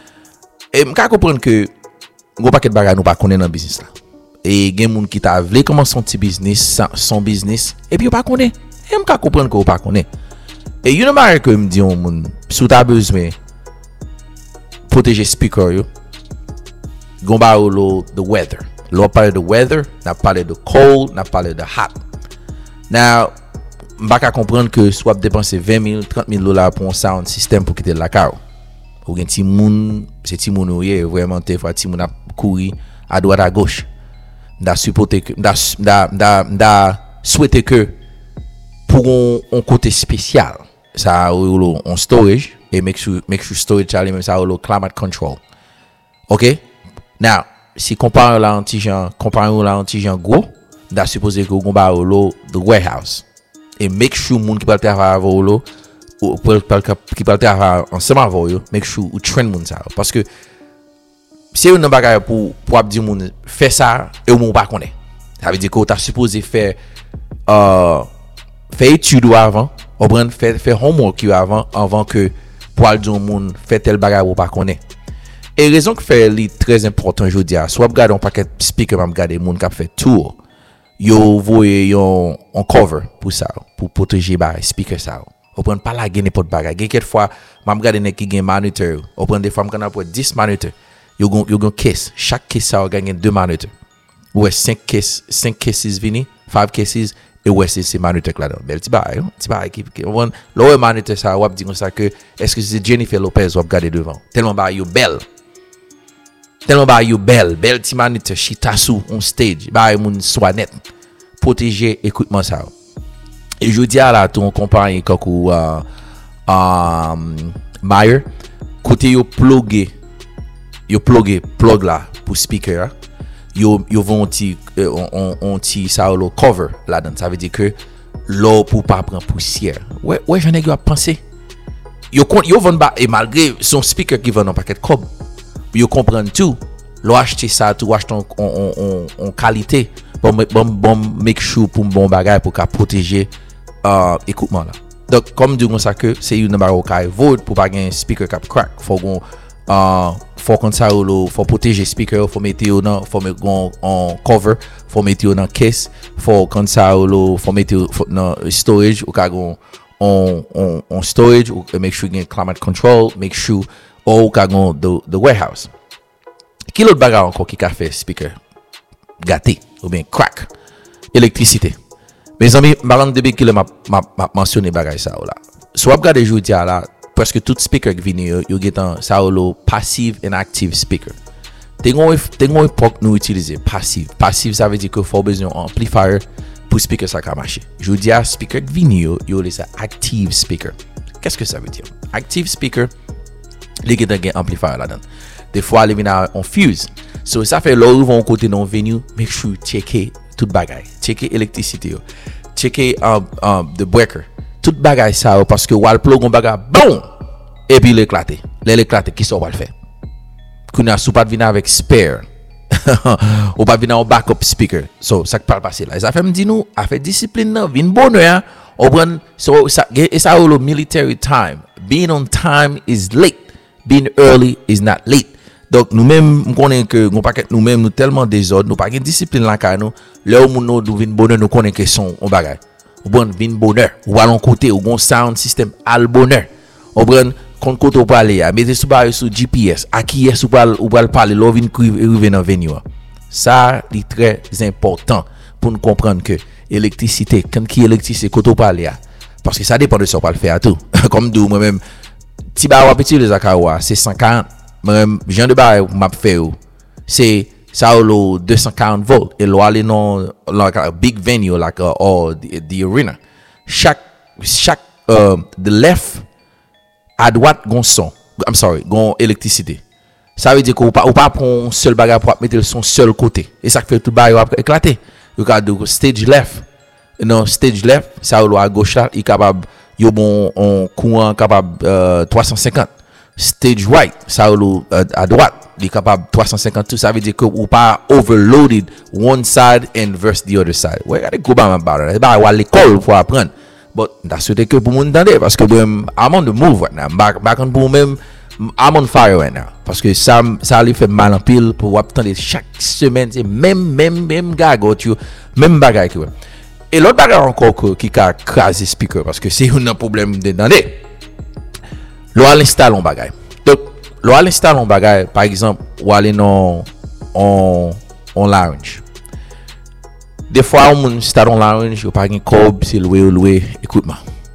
Et je comprends que gros paquet de bagages nous pas connaît dans business là. Et gen moun qui t'a vle comment son petit business son business et puis on pas connaît. Et je comprends que on pas connaît. Et you know marque que me dit on moun sous ta besoin protéger speaker yo. Gon ba lo the weather. L'on parle de weather, n'a parlé de cold, n'a parlé de hot. Now, m'baka comprendre que soit dépenser vingt mille, trente mille dollars pour un sound system pour quitter la caro. Ou gen ti moun, c'est ti moun ouye, vraiment te fois ti moun a courir à droite à gauche. M'da supporter que m'da m'da m'da souhaiter que pour un, un côté spécial, ça ou on storage et make sure make sure storage ça même ça ou climate control. OK? Now, si compare la antigen, compare la antigen gros, da supposé que on ba lo the warehouse et make sure moun qui va travailler avec lo ou qui va travailler ensemble avec yo, make sure ou train moun ça parce que si on bagay pour pour dire moun fait ça et on pas connaît. Ça veut dire que tu as supposé faire euh faire étude avant, ou prendre faire faire homework avant avant que pour dire moun fait tel bagay ou pas connaît. Et raison que fait li très important je dis soit regarder un paquet speaker m'a regarder moun qui fait tour yo voyez yon on cover pour ça pour protéger ba speaker ça on prend pas la gagner n'importe bagage quelques fois m'a regarder nek qui gagne monitor on prend des fois m'cana pour dix monitor yo gon yo gon case chaque case ça gagne deux monitor ouais cinq cases cinq cases vini five cases et ouais c'est c'est monitor là dedans bel ti ba ti ba qui on le monitor ça on dit comme ça que est-ce que c'est Jennifer Lopez ou regarder devant tellement ba yo belle tellement ba yo belle belle ti monitor chita sous on stage ba moun soit net protéger équipement ça et je dis à la ton compagnie comme euh um, Meyer côté yo plugger yo plugger plug là pour speaker yo yo vont ti on on ti ça le cover là dedans ça veut dire que l'eau pour pas prendre poussière ouais ouais j'en ai eu à penser yo yo vont ba et malgré son speaker qui vend un paquet de cob yo comprendre tout l'eau acheter ça tout acheter en en en qualité bon bon bon make sure pour bon bagage pour protéger euh équipement là donc comme dit comme ça que c'est une numéro qui vote pour pas un speaker qui crack faut gon euh faut comme ça faut protéger speaker faut mettre dans faut mettre en cover faut mettre dans case faut comme ça faut mettre dans storage ou ka gon on on on storage ou make sure you get climate control make sure ou ka gon the the warehouse qui l'autre bagage encore qui ka fait speaker gâté ou bien crack électricité mes amis marang depuis que m'a m'a mentionné bagage ça là soit regarder jodi là presque tout speaker qui vient yo getan ça lo passive and active speaker t'es gon t'es gon époque nous utiliser passive passive ça veut dire que faut besoin amplifier pour speaker ça ka marcher jodi à speaker qui vient yo yo les active speaker qu'est-ce que ça veut dire active speaker les getan gen amplifier là-dedans des fois les vient en fuse so ça fait là vont côté non venue make sure checker tout bagage checker électricité yo checker um, um, the breaker tout bagage ça parce que wal plug on bagage bon et puis l'éclater l'éclater qui ça va le faire qu'on a sous pas venir avec spare ou pas venir en backup speaker so ça parle passer là ça fait me dit nous a fait discipline là vinn bonheur on prend so ça et ça le military time being on time is late being early is not late. Donc nous-mêmes nous connaissons que nous paquet nous-mêmes nous tellement désordre nous pas une discipline là car nous là où nous nous vinn bonheur nous connaissons que son on bagage ou bon vinn bonheur ou allons côté ou bon sound system al bonheur ou bon kon côté ou parler à mettre sur base sur G P S à qui est ou pas ou pas parler là vinn arriver dans venue ça c'est très important pour nous comprendre que électricité quand qui électricité côté ou parler parce que ça dépend de ça pas le faire tout comme d'où moi-même ti ba petit les akawa c'est cent quarante même genre de bail m'a fait c'est ça le deux cent quarante volts et là les non like a big venue like a, or the, the arena chaque chaque uh, the left à droite gon son I'm sorry gon électricité ça veut dire qu'on pas ou pas prendre seul bagage pour mettre son seul côté et ça fait tout bail éclater you got the stage left non stage left ça ou à gauche là il capable yo bon on courant capable uh, trois cent cinquante stage right ça ou uh, à droite il est capable trois cent cinquante tout ça veut dire que ou pas overloaded one side and versus the other side ouais regardez go ba ba ba à l'école pour apprendre But that's what they que pour moun tande parce que I'm on the move right now. Back back on pour même I'm on fire right now parce que ça ça lui fait mal en pile pour attendre chaque semaine c'est même même même gagot tu même bagaille que et l'autre bagaille encore qui a crasé speaker parce que c'est un problème de tande. L'on installe un bagaille. Donc l'on installe un bagaille par exemple ou aller non on on lounge. Des fois, on installe en lounge, on pas un cob, c'est loué ou loué, écoute-moi.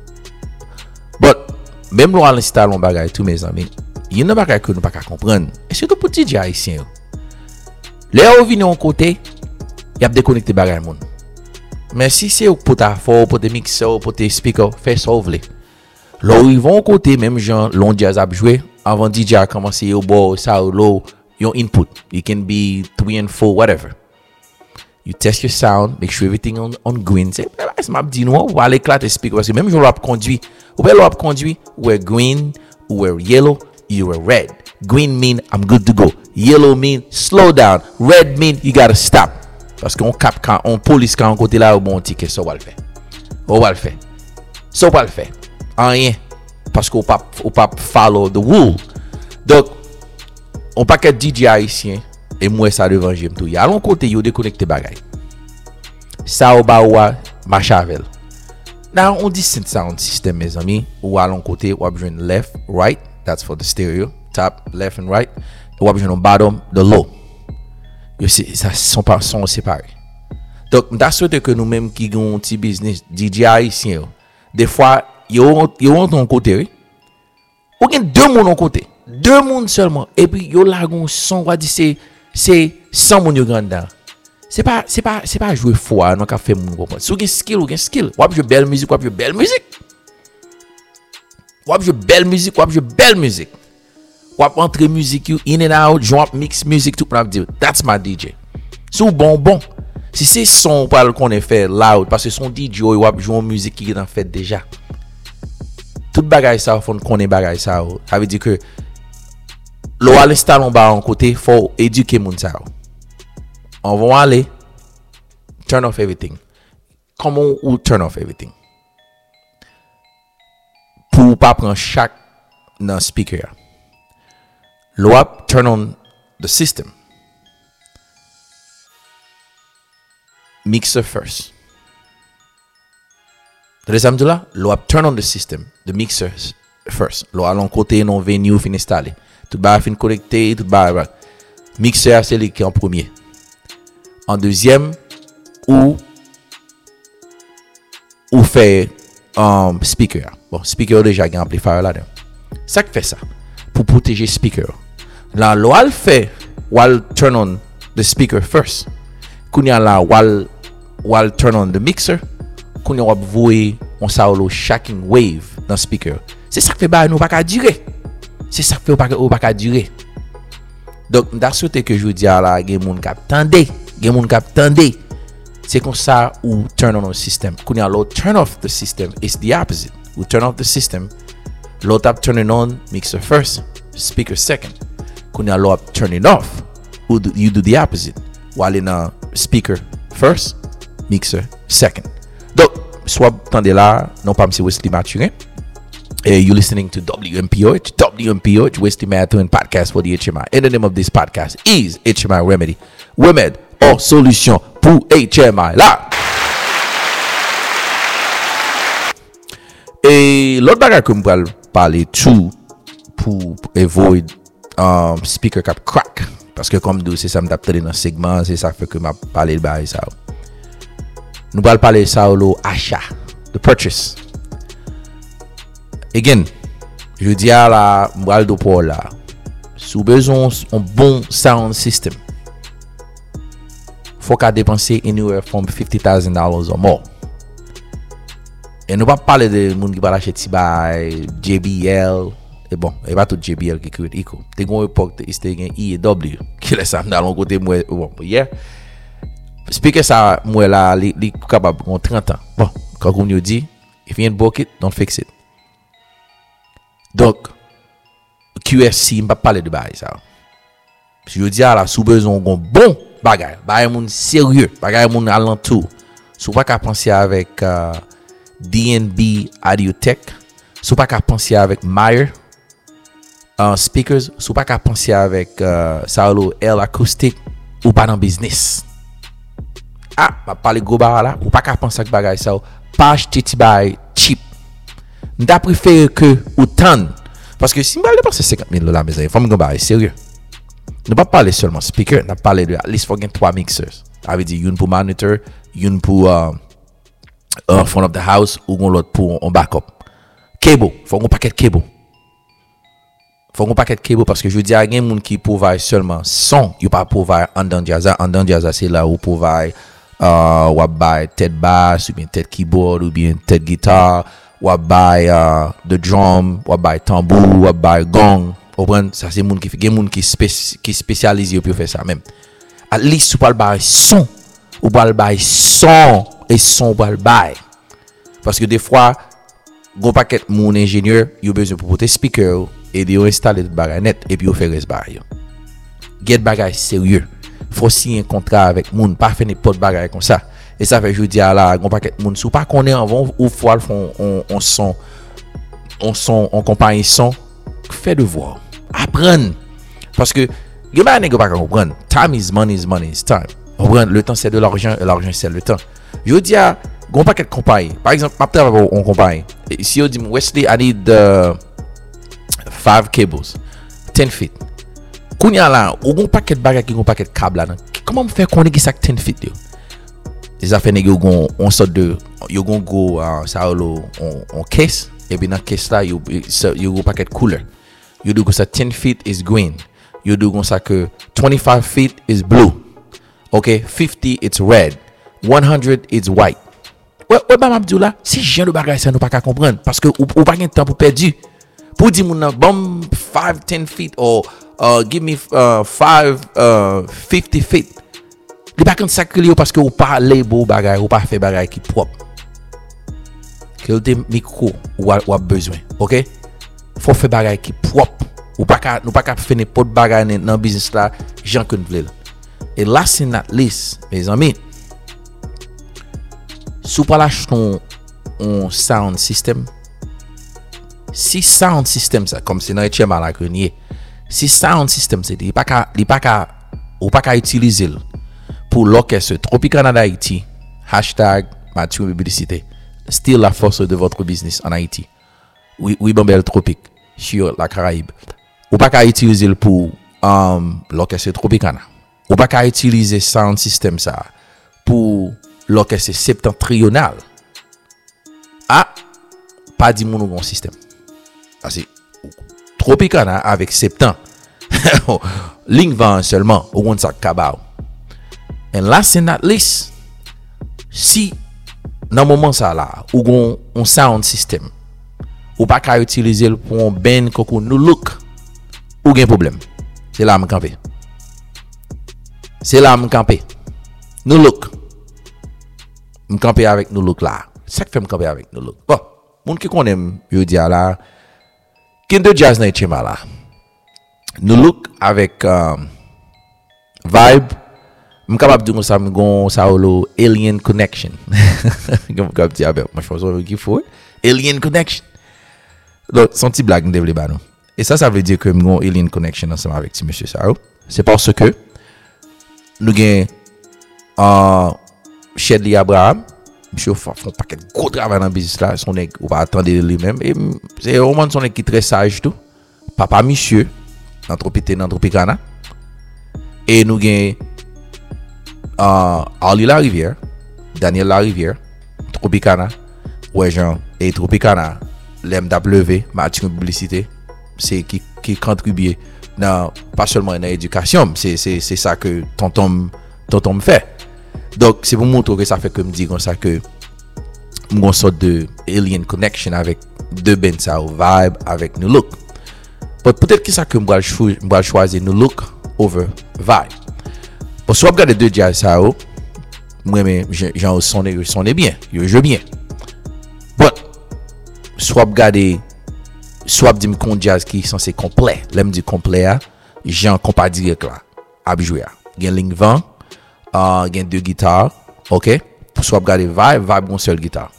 But, même si on installe en bagage, tous mes amis, il y a un bagage que nous ne pouvons pas comprendre. Et surtout pour les haïtiens. Là, on vient en côté, il y a déconnecté les bagages. Mais si c'est pour ta fort, pour tes mixeurs, pour tes speakers, fais ça, vous voulez. Là, ils vont en côté, même gens, l'on jazz a joué, avant D J a commencé au bord, ça ou l'eau, your input. It can be three and four, whatever. You test your sound, make sure everything on, on green. C'est c'est m'a dit non, on va aller éclater speaker parce que même je l'ai conduit, ou bien l'ai conduit, we're green, we're yellow, you were red. Green mean I'm good to go. Yellow mean slow down. Red mean you gotta stop. Parce qu'on cap quand on police quand on côté là au bon ticket, ça va le faire. On va le faire. Ça va le faire. En rien parce qu'on pas on pas follow the rule. Donc on pas que D J haïtien et moi ça devant j'aime tout. Y a l'on côté yo déconnecter bagay. Ça au ba wa machavel. Now on dit c'est sound system mes amis ou à l'on côté ou besoin left, right, that's for the stereo, top, left and right. Ou besoin bottom, the low. Yo c'est ça sont pas sont séparés. Donc that's what que nous même qui gon petit business D J haïtien. Des fois yo yo on ton côté. Ou gen deux monde en côté. Deux monde seulement et puis yo la gon son va dire c'est c'est cent moun yo grand dedans. C'est pas c'est pas c'est pas jouer fort non ka fait moun comprendre. Si vous avez skill ou gen skill, ou jouer belle musique, ou jouer belle musique. Ou jouer belle musique, ou jouer belle musique. Ou entrer musique you in and out, joint mix music tout pour dire that's my D J. Sou bon bon. Si c'est son pas qu'on est fait loud parce que son D J ou jouer musique qui est en fait déjà. Tout bagay ça font connaît bagay ça. Ça veut dire que l'on va l'installer en bas en côté, faut éduquer moun sa. On va aller turn off everything. Comment on turn off everything? Pour pas prendre chaque dans speaker. L'on va turn on the system. Mixer first. Vous savez là, l'on va turn on the system, the mixer first. L'on va l'en côté non venue fin installer. Tout va fin connecté, tout va mixeur c'est lui qui en premier. En deuxième ou ou fait um, speaker. Bon, speaker déjà un amplifier là-dedans. Ça qui fait ça pour protéger speaker. Là, l'on fait while turn on the speaker first. Quand y a là while while turn on the mixer, quand y a voyer on saolo shocking wave dans speaker. C'est ça qui fait bah nous pas qu'à durer. C'est ça qui fait pas pas qu'à durer. Donc dans ce que je dis là, gen moun k'ap tande, gen moun k'ap tande. C'est comme ça ou turn on the system. Quand y a l'autre turn off the system, it's the opposite. We turn off the system. L'autre up turning on, mixer first, speaker second. Quand y a l'autre turning off, you do the opposite. While in a speaker first, mixer second. Donc soit tendez là, non pas monsieur Wesley Mathurin. Uh, you're listening to W M P O H, W M P O H, Wesley Mathurin podcast for the H M I. And the name of this podcast is H M I Remedy. Remedy or solution pour H M I. Là. Et l'autre bagage que je vais parler tout pour avoid um, speaker cap crack. Parce que comme c'est ça me tape dans le segment, c'est ça fait que je parler de ça. Nous allons parler de ça au achat, the purchase. Again, je dis à la m'bral de pour là, sous besoin un bon sound system, faut qu'à dépenser anywhere from fifty thousand dollars or more. Et nous pas parler de monde qui va acheter T-Buy, J B L, et bon, et pas tout J B L qui crée Eco. T'es une époque, c'était un E A W qui laisse ça dans l'autre côté moi bon, hier. Speaker ça moi là, li capable en trente ans. Bon, quand on nous dit, if you ain't broke it, don't fix it. Donc, Q S C, je ne vais pas parler de bagay ça. Si je dis à la sous besoin d'un bon bagay, bagay moun sérieux, bagay moun alentour. Si vous pas qu'à penser avec uh, D and B Audio-Tech, sou pas qu'à penser avec Meyer uh, speakers, sou pas qu'à penser avec uh, Saulo L acoustic ou pas dans business. Ah, m'a parlé gros bar là, ou pas qu'à penser avec bagay ça, pas acheter ti bay cheap. M'ta préféré que ou tan parce que si m'pa dépenser cinquante mille dollars mes amis, faut me bagay sérieux. Ne pas parler seulement speaker, n'a parler de at least faut trois mixers. Ça veut dire une pour monitor, une pour uh, uh, front of the house ou l'autre pour un backup. Cable, faut un paquet de cable. Faut un paquet de cable parce que je dis à quelqu'un monde qui provide seulement son, il pas provide en jazz, en jazz c'est là où provide uh ou buy tête basse ou bien tête keyboard ou bien tête guitare, ou buy uh, the drum, ou buy tambour, ou buy gong. Comprendre ça c'est monde qui fait monde qui spéci, qui spécialisé pour faire ça même. At least ou pas le buy son, ou pas le buy son et son pas le buy. Parce que des fois gros paquet mon ingénieur, il a besoin pour porter speaker et de installer le bagage net et puis il fait reste bagage. Get bagage sérieux. Faut signer un contrat avec moun, pas faire n'importe bagage comme ça. Et ça fait je dis à la gros paquet moun sou pas connaît avant ou fois font on on son on son on compagnie son fait devoir. Apprendre parce que il pas nèg pas comprendre. Time is money is money is time. Le temps c'est de l'argent et l'argent c'est le temps. Je dis à gon paquet de compagnie. Par exemple, ma travaille en compagnie. Si on dit Wesley, I need uh, five cables, ten feet. Kounya là, ou gon paquet de bagages qui gon paquet de câbles là. Comment me faire connaître ça ten feet yo? Les affaires nèg yo gon on sorte de yo gon go ça on on case et puis dans case là yo yo gon paquet de cooler. Yo do ça ten feet is green. Yo do ça que twenty-five feet is blue. Okay, fifty it's red. one hundred it's white. Ouais, ouais, bah, m'abdou là, si j'ai le bagage, ça nous pas qu'à comprendre. Parce que, ou, ou pas de temps pour perdre. Pour dire, mon bon, five, ten feet, or, uh, give me, uh, five, uh, fifty feet. Il pas qu'un sacré parce que ou pas label bagage, ou pas fait bagage qui propre. Que le micro, ou a, ou a besoin, ok? Faut faire bagage qui propre. Ou pas qu'à, nous pas qu'à faire n'importe bagage dans le business là, j'en que nous voulons. Et last and not least, mes amis, si vous achetez un sound system, si sound system ça comme c'est dans H M à la grenier, si sound system c'est il pas qu'à il pas qu'à ou pas qu'à utiliser pour l'orchestre Tropicana d'Haïti, hashtag Mathieu Publicité, still la force de votre business en Haïti. Oui, oui, Bambel Tropique sur la Caraïbe. Ou pas qu'à utiliser pour um, l'orchestre Tropicana. Ou pas qu'à utiliser sound system ça pour l'orchestre septentrional. Ah, pas dit mon système. Parce que Tropicana avec septembre. Ligne vingt seulement, au moins ça cabao. And last and not least, si dans moment ça là, ou gon un sound system, ou pas qu'à utiliser pour un ben coco nous look, ou gen problème. C'est là me camper. C'est là me camper. Nous look. Me camper avec nous look là. Ça fait me camper avec nous look. Bon, moun qui connaît yo di là, kin de jazz na chema là. Nous look avec um, vibe. Je suis capable de dire ça, ça alien connection. Je suis capable de dire, moi je pense qu'il faut alien connection. Donc, son petit blague, nous devons. Et ça, ça veut dire que nous avons alien connection ensemble avec M. Sao. C'est parce que nous avons uh, Shedley Abraham. Monsieur fait un paquet de gros travail dans le business là. Son nègre, on va attendre lui-même. Et c'est au moins son nègre qui est très sage tout. Papa, monsieur, entrepité dans Tropicana. Et nous avons Uh, Ali La Rivière, Daniel La Rivière, Tropicana, ouais Jean et Tropicana, l'M W, Mathieu Publicité, c'est qui qui contribue dans pas seulement dans l'éducation, c'est c'est c'est ça que tonton tonton me fait. Donc c'est pour montrer que ça fait que me dire comme ça que mon sorte de alien connection avec deux ben ça au vibe avec New Look. Mais peut-être que ça que moi je choisir New Look over vibe. Pour soit regarder deux jazz ça moi mais j'en sonne sonne bien je joue bien but soit regarder soit dire qu'on jazz qui censé complet l'aime du complet a j'en compas direct là à jouer gain ligne vingt euh gain deux guitares OK pour soit regarder vibe vibe une seule guitare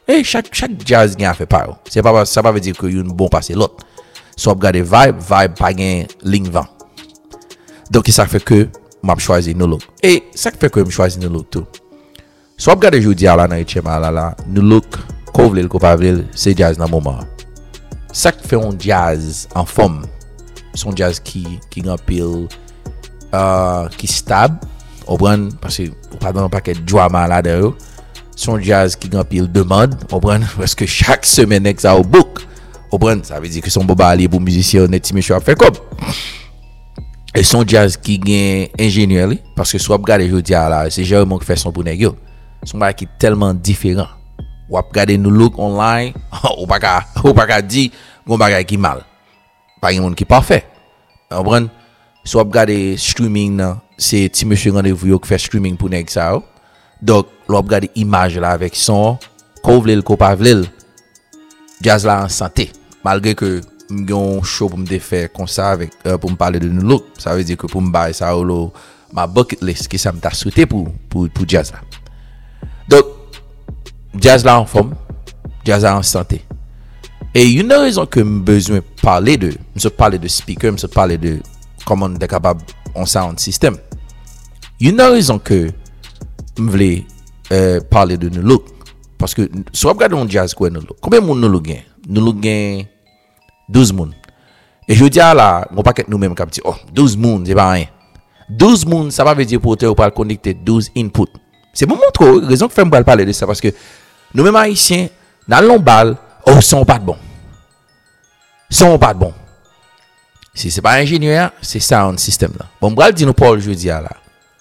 Et chaque, chaque jazz a fait pas. C'est pas, ça pas veut dire que une bon passer l'autre. Soit regarder vibe, vibe pas gain ligne vent. Donc ça fait que m'a choisi no look. Et ça fait que me choisi no look tout. Soit regarder jodi là dans H M A là là, no look, ko vle ko pa vle, c'est jazz dans moment. Ça fait un jazz en forme. Son jazz qui qui grand pile euh qui stable, au bon parce que pas dans un paquet de drama là dedans. Son jazz qui grand pile demande, au bon parce que chaque semaine ça au book. Au bon ça veut dire que son boba ali pour musicien net monsieur a fait comme. Et son jazz qui gagne ingénieur parce que soit regarder jodi là, c'est Jérôme qui fait son pour nèg yo. Son bail qui tellement différent. Ou regarder nous look online, ou pas ka ou pas ka dit gon bagay qui mal. Pas un monde qui parfait. Comprendre? Soit regarder streaming là, c'est ti monsieur rendez-vous qui fait streaming pour nèg ça. Donc, l'on regarder image là avec son ko vle ko pa vle. Jazz là en santé. Malgré que m'gon show pour me défaire comme ça avec euh, pour me parler de nous look, ça veut dire que pour me bailler ça ou ma bucket list qui ça me t'a souhaité pour pour pour jazz là. Donc jazz là en forme, jazz là en santé. Et une raison que me besoin parler de, me parler de speaker, me parler de comment on est capable on sound system. Une raison que me voulais euh, parler de nous look parce que soit regarder un jazz quoi nous look. Combien de monde nous look gain? Nous look gain douze moun. Et je dis là, on pas que nous même cap dit oh douze moun, c'est pas rien. douze moun, ça va veut dire pour te pas connecter douze input. C'est bon montre raison que fait me parler de ça parce que nous même haïtiens dans l'ombal, oh son pas de bon. Son pas de bon. Si c'est pas ingénieur, c'est sound system là. Bon bral dit nous Paul je dis là.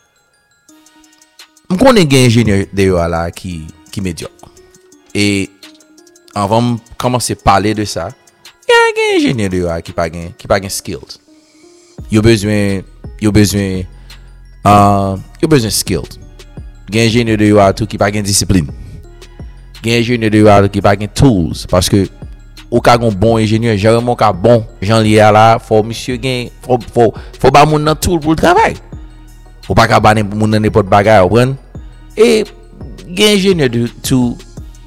On connaît un ingénieur de là qui qui médiocre. Et avant de commencer à parler de ça, il y a un ingénieur de qui pas gain qui pas gain skills. Il a besoin il a besoin euh il a besoin skills. Il y a un ingénieur de tout qui pas gain discipline. Il y a un ingénieur de qui pas gain tools parce que au cas un bon ingénieur, généralement ka bon, Jean lié là, faut monsieur gain faut faut faut ba moun nan tool pour le travail. Faut pas ka ba moun nan n'importe bagaille, comprendre? Et il y a un ingénieur de tout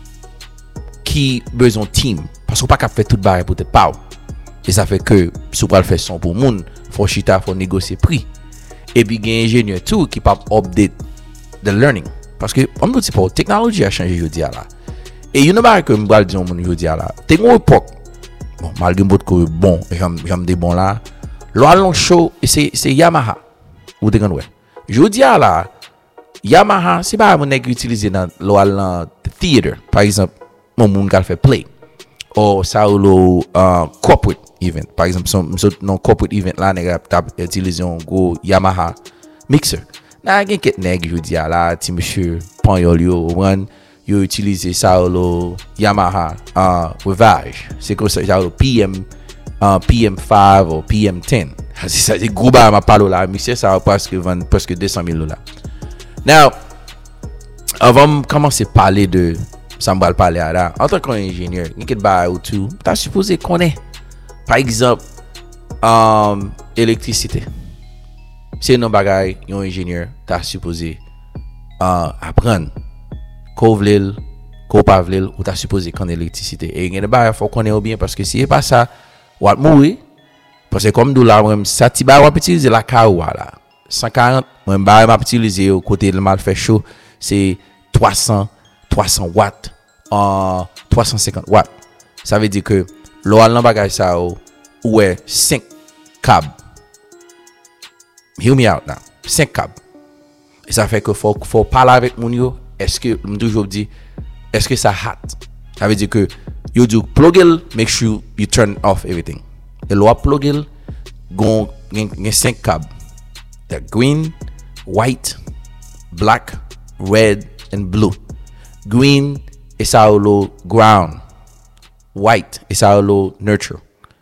qui besoin team parce qu'on pas capable faire toute barre pour te pas et ça fait que si on va le faire son pour monde faut chita faut négocier prix et puis il y a un ingénieur tout qui pas update the learning parce que on nous dit pas technologie a changé aujourd'hui là et you know pas que me va dire mon aujourd'hui là t'es une époque bon malgré beaucoup que bon j'aime j'aime des bons là l'allon show et c'est c'est Yamaha ou t'es ouais aujourd'hui là Yamaha c'est pas mon nèg utiliser dans l'allon theater par exemple mon monde qui fait play ou ça ou le uh, corporate event par exemple son non corporate event là nèg t'a utiliser un gros Yamaha mixer na gen ket nèg je dis là ti monsieur pan yo yo one yo utiliser ça ou le Yamaha uh, Rivage c'est comme ça genre P M uh, P M cinq ou P M dix c'est ça c'est gros ba ma parole là mixer ça presque vendre presque deux cent mille dollars. Now avant de commencer à parler de ça me va parler là en tant qu'ingénieur il y a ba ou tout tu supposé connaître par exemple um, électricité c'est un bagage un ingénieur tu supposé uh, apprendre ko vle ko pa vle ou tu supposé connaître l'électricité et il y a des bagage faut connaître bien parce que si c'est pas ça ou va mourir parce que comme d'où là même ça ti ba on peut utiliser la kawa là cent quarante même ba m'a utiliser au côté le mal fait chaud c'est trois cents watts en trois cent cinquante watts. Ça veut dire que l'eau dans bagage ça ou est cinq câbles. Hear me out now. cinq câbles. Et ça fait que faut faut parler avec mon yo, est-ce que me toujours dit est-ce que ça hot? Ça veut dire que you do plug it, make sure you turn off everything. Et l'eau plug it gon gen cinq câbles. The green, white, black, red and blue. Green is our ground, white is our nurture,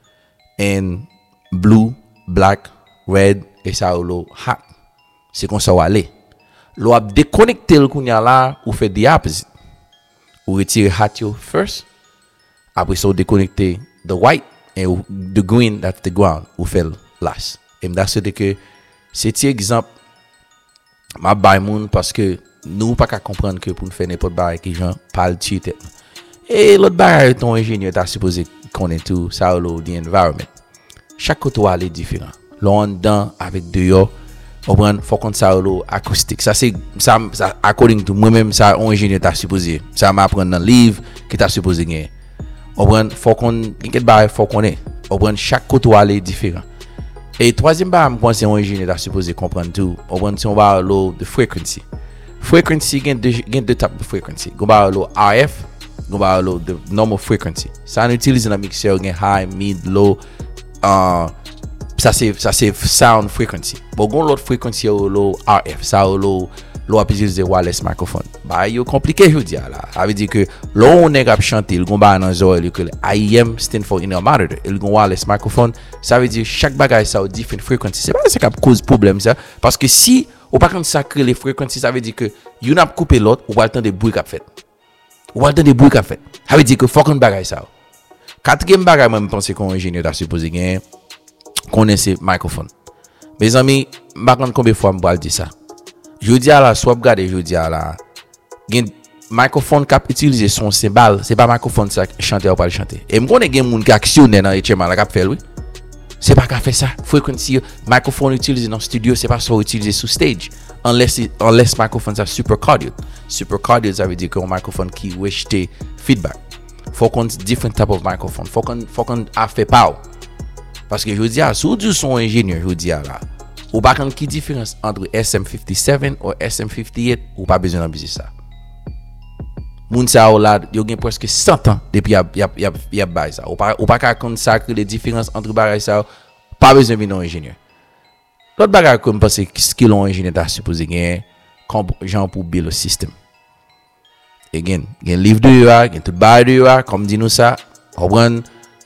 and blue, black, red is our hot. C'est comme ça va aller. L'on a déconnecté le kounya là ou fait the opposite. Ou retire hot yo first, après ça déconnecter the white and the green that's the ground ou fait last. Et m'da c'est que c'est un exemple ma bay moun parce que nous pas qu'à comprendre que pour nous faire n'importe bail qui gens parle de tête Et l'autre barrière, ton ingénieur t'a supposé connaître tout ça ou l'environnement. Chaque côté est différent. L'on dedans avec dehors, on faut qu'on ça ou acoustique. Ça c'est ça, ça according to moi-même ça un ingénieur t'a supposé. Ça m'apprend dans le livre qui t'a supposé gagner. On faut qu'on quelque barrière faut qu'on est. On chaque côté est différent. Et troisième barrière, moi c'est un ingénieur t'a supposé comprendre tout. On si on va le de frequency. Frequency gain deux gain deux types de frequency. On va le R F, on va le the normal frequency. Ça on utilise dans le mixeur gain high, mid, low. Uh, ça c'est ça c'est sound frequency. Bon, gon l'autre frequency au lo R F, ça au lo lo utiliser wireless microphone. Bah yo compliqué je dis là. Ça veut dire que là on est cap chanter, gon ba dans zo que I M stand for inner monitor, il gon wireless microphone. Ça veut dire chaque bagage ça au different frequency. C'est pas ça qui cause problème ça parce que si ou pas comme ça créer les frequencies, ça veut dire que you n'a couper l'autre ou pas le temps de bruit qu'a fait. Ou pas le temps de bruit qu'a fait. Ça veut dire que faut qu'on bagage ça. Quatrième bagage moi me penser qu'on ingénieur t'a supposé gagner connaissez microphone. Mes amis, pas combien de fois me parle de ça. Je dis à la soit regarder, je dis à la gen microphone cap utiliser son cymbale, c'est pas microphone ça chanter ou pas chanter. Et me connais gen moun qui actionner dans H M A la cap faire oui. C'est pas qu'a fait ça. Frequency microphone utilisé dans studio, c'est pas ça utilisé sur stage. Unless it, unless microphone ça super cardioid. Super cardioid ça veut dire que un microphone qui rejeter feedback. Faut qu'on different type of microphone. Faut qu'on faut qu'on a fait pas. Parce que je dis à si vous son ingénieur, je dis à là, ou pas quand qui différence entre S M cinquante-sept ou S M cinquante-huit, ou pas besoin d'embêter ça. Moun sa ou là, yo gen presque cent ans depuis y a y a y a y a bail ça. Ou pas ou pas quand ça que les différences entre bagay ça, pas besoin de un ingénieur. L'autre bagay comme parce que ce que l'on ingénieur t'a supposé gagner comme genre pour build le système. Again, gen livre de yo, gen tout bagay de yo, comme dit nous ça, comprendre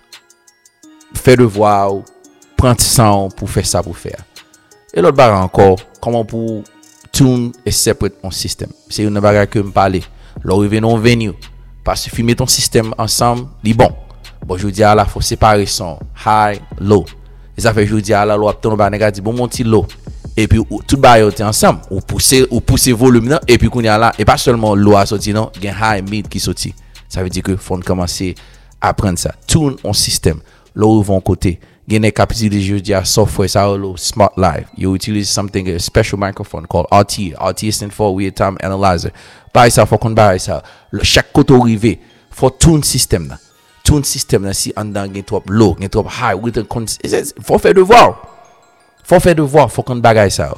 faire devoir prendre sang pour faire ça pour faire et l'autre barre encore comment pour tune et separate un système c'est une barre que me parler là arriver dans venue parce que filmer ton système ensemble li bon bon je dis à la faut séparer son high low et ça fait je dis à la loi ton barre négatif bon monter low et puis tout barre ensemble ou pousser ou pousser volume là et puis qu'on y a là et pas seulement low à sortir non gain high mid qui sorti ça veut dire que faut commencer à apprendre ça tune un système là où vont côté gain capacité je dis à software ça le smart live you utilize something a special microphone called R T R T stand for real time analyzer by ça faut qu'on buy ça chaque côté arrivé faut tune système là tune système là si en dans gain trop low gain trop high with a faut faire devoir faut faire devoir faut qu'on bagaille ça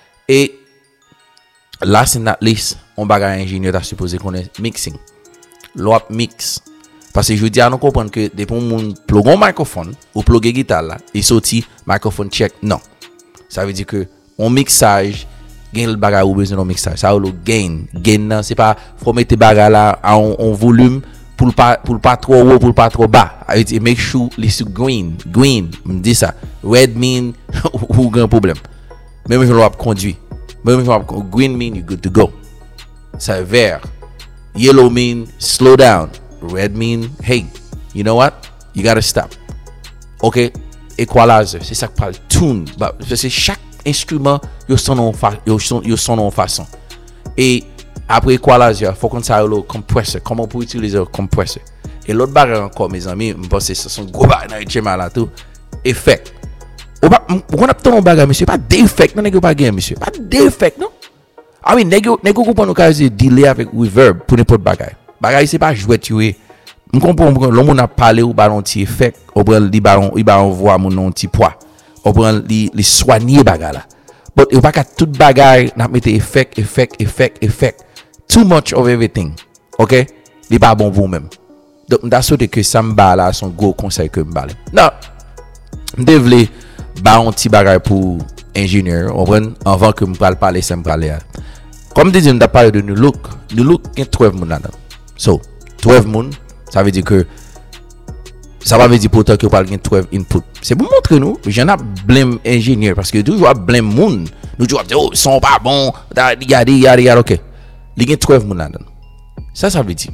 et last and not least on bagaille ingénieur t'a supposé qu'on est mixing l'op mix. Parce que je dis à nous comprendre que depuis mon plug un microphone ou plug guitare là, il sorti microphone check non. Ça veut dire que on mixage gain le bagage ou besoin de mixage. Ça le gain, gain c'est pas faut mettre bagage là en, en volume pour pas pour pas trop haut pour pas trop bas. It make sure les green, green, me dit ça. Red mean ou grand problème. Même je l'ai conduit. Même je green mean you good to go. Ça vert. Yellow mean slow down. Red mean, hey, you know what? You gotta stop. Ok, equalizer, c'est ça que parle tune. Bah, c'est chaque instrument, il son en fa, il son en façon. Et après equalizer, faut qu'on sache le compressor. Comment pour utiliser le compressor? Et l'autre barrière encore, mes amis, je pense que ce sont gros barrières dans le chemin là tout. Effect. On a tant de barrières, monsieur, pas d'effect, non, n'est-ce pas gain, monsieur, pas d'effect, non? Ah oui, n'est-ce pas comprendre nous qu'à delay avec reverb pour n'importe bagage. Bagay c'est pas jouer tuer. On comprend que l'homme a parlé ou ba un petit effet, ou prend li ba il ba envoie mon petit poids. On prend li li soigner bagay là. But il pas qu'à tout bagay n'a mettre effet effet effet effet. Too much of everything. OK? Li pas bon pour même. Donc that's what que ça me ba là son gros conseil que me ba. Non. M'devle ba un petit bagay pour ingénieur, on prend avant que me parler ça me parler. Comme dit on t'a parlé de New Look. New Look il douze moun là. So, douze moun, ça veut dire que ça va veut dire pourtant que pas gain douze input. C'est pour montrer nous, j'en a blâme ingénieur parce que toujours blâme moun. Nous toujours dire oh, ils sont pas bons, yadi yadi yadi OK. Li gain douze moun là-dedans. Ça ça veut dire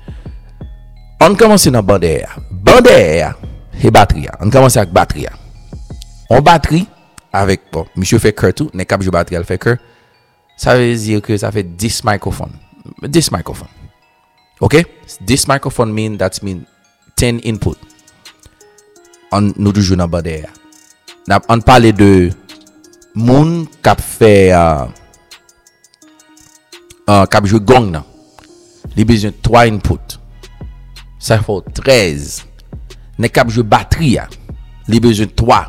on commence dans bande air. Bande air et batterie. On commence avec batterie. On batterie avec bon, monsieur fait cœur tout, n'est cap jouer batterie elle fait cœur. Ça veut dire que ça fait dix microphones. dix microphones. OK? This microphone mean that mean ten input. On nous toujours dans bande air. On parle de moun k'ap fait euh euh k'ap jouer gong nan. Li besoin trois input. Ça fait treize. Ne k'ap jouer batterie a. Li besoin trois.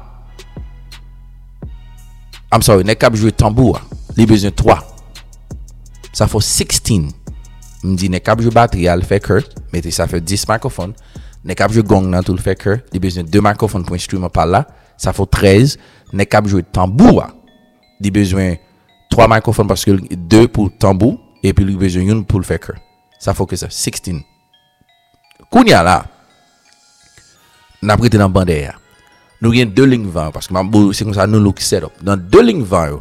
I'm sorry, ne k'ap jouer tambour. Li besoin trois. Ça fait sixteen. Me dit ne k'ap jouer batterie a le fait que mettez ça fait dix microphones. Ne k'ap jouer gong nan tout le fait que li besoin deux microphones pour instrument par là. Ça fait treize. Ne k'ap jouer tambour. Li besoin trois microphones parce que deux pour tambour et puis li besoin une pour le faire que. Ça fait que ça sixteen. Kounya là. N'a prêté dans bande air. Nous avons deux lignes vingt parce que c'est comme ça nous look setup. Dans deux lignes vingt.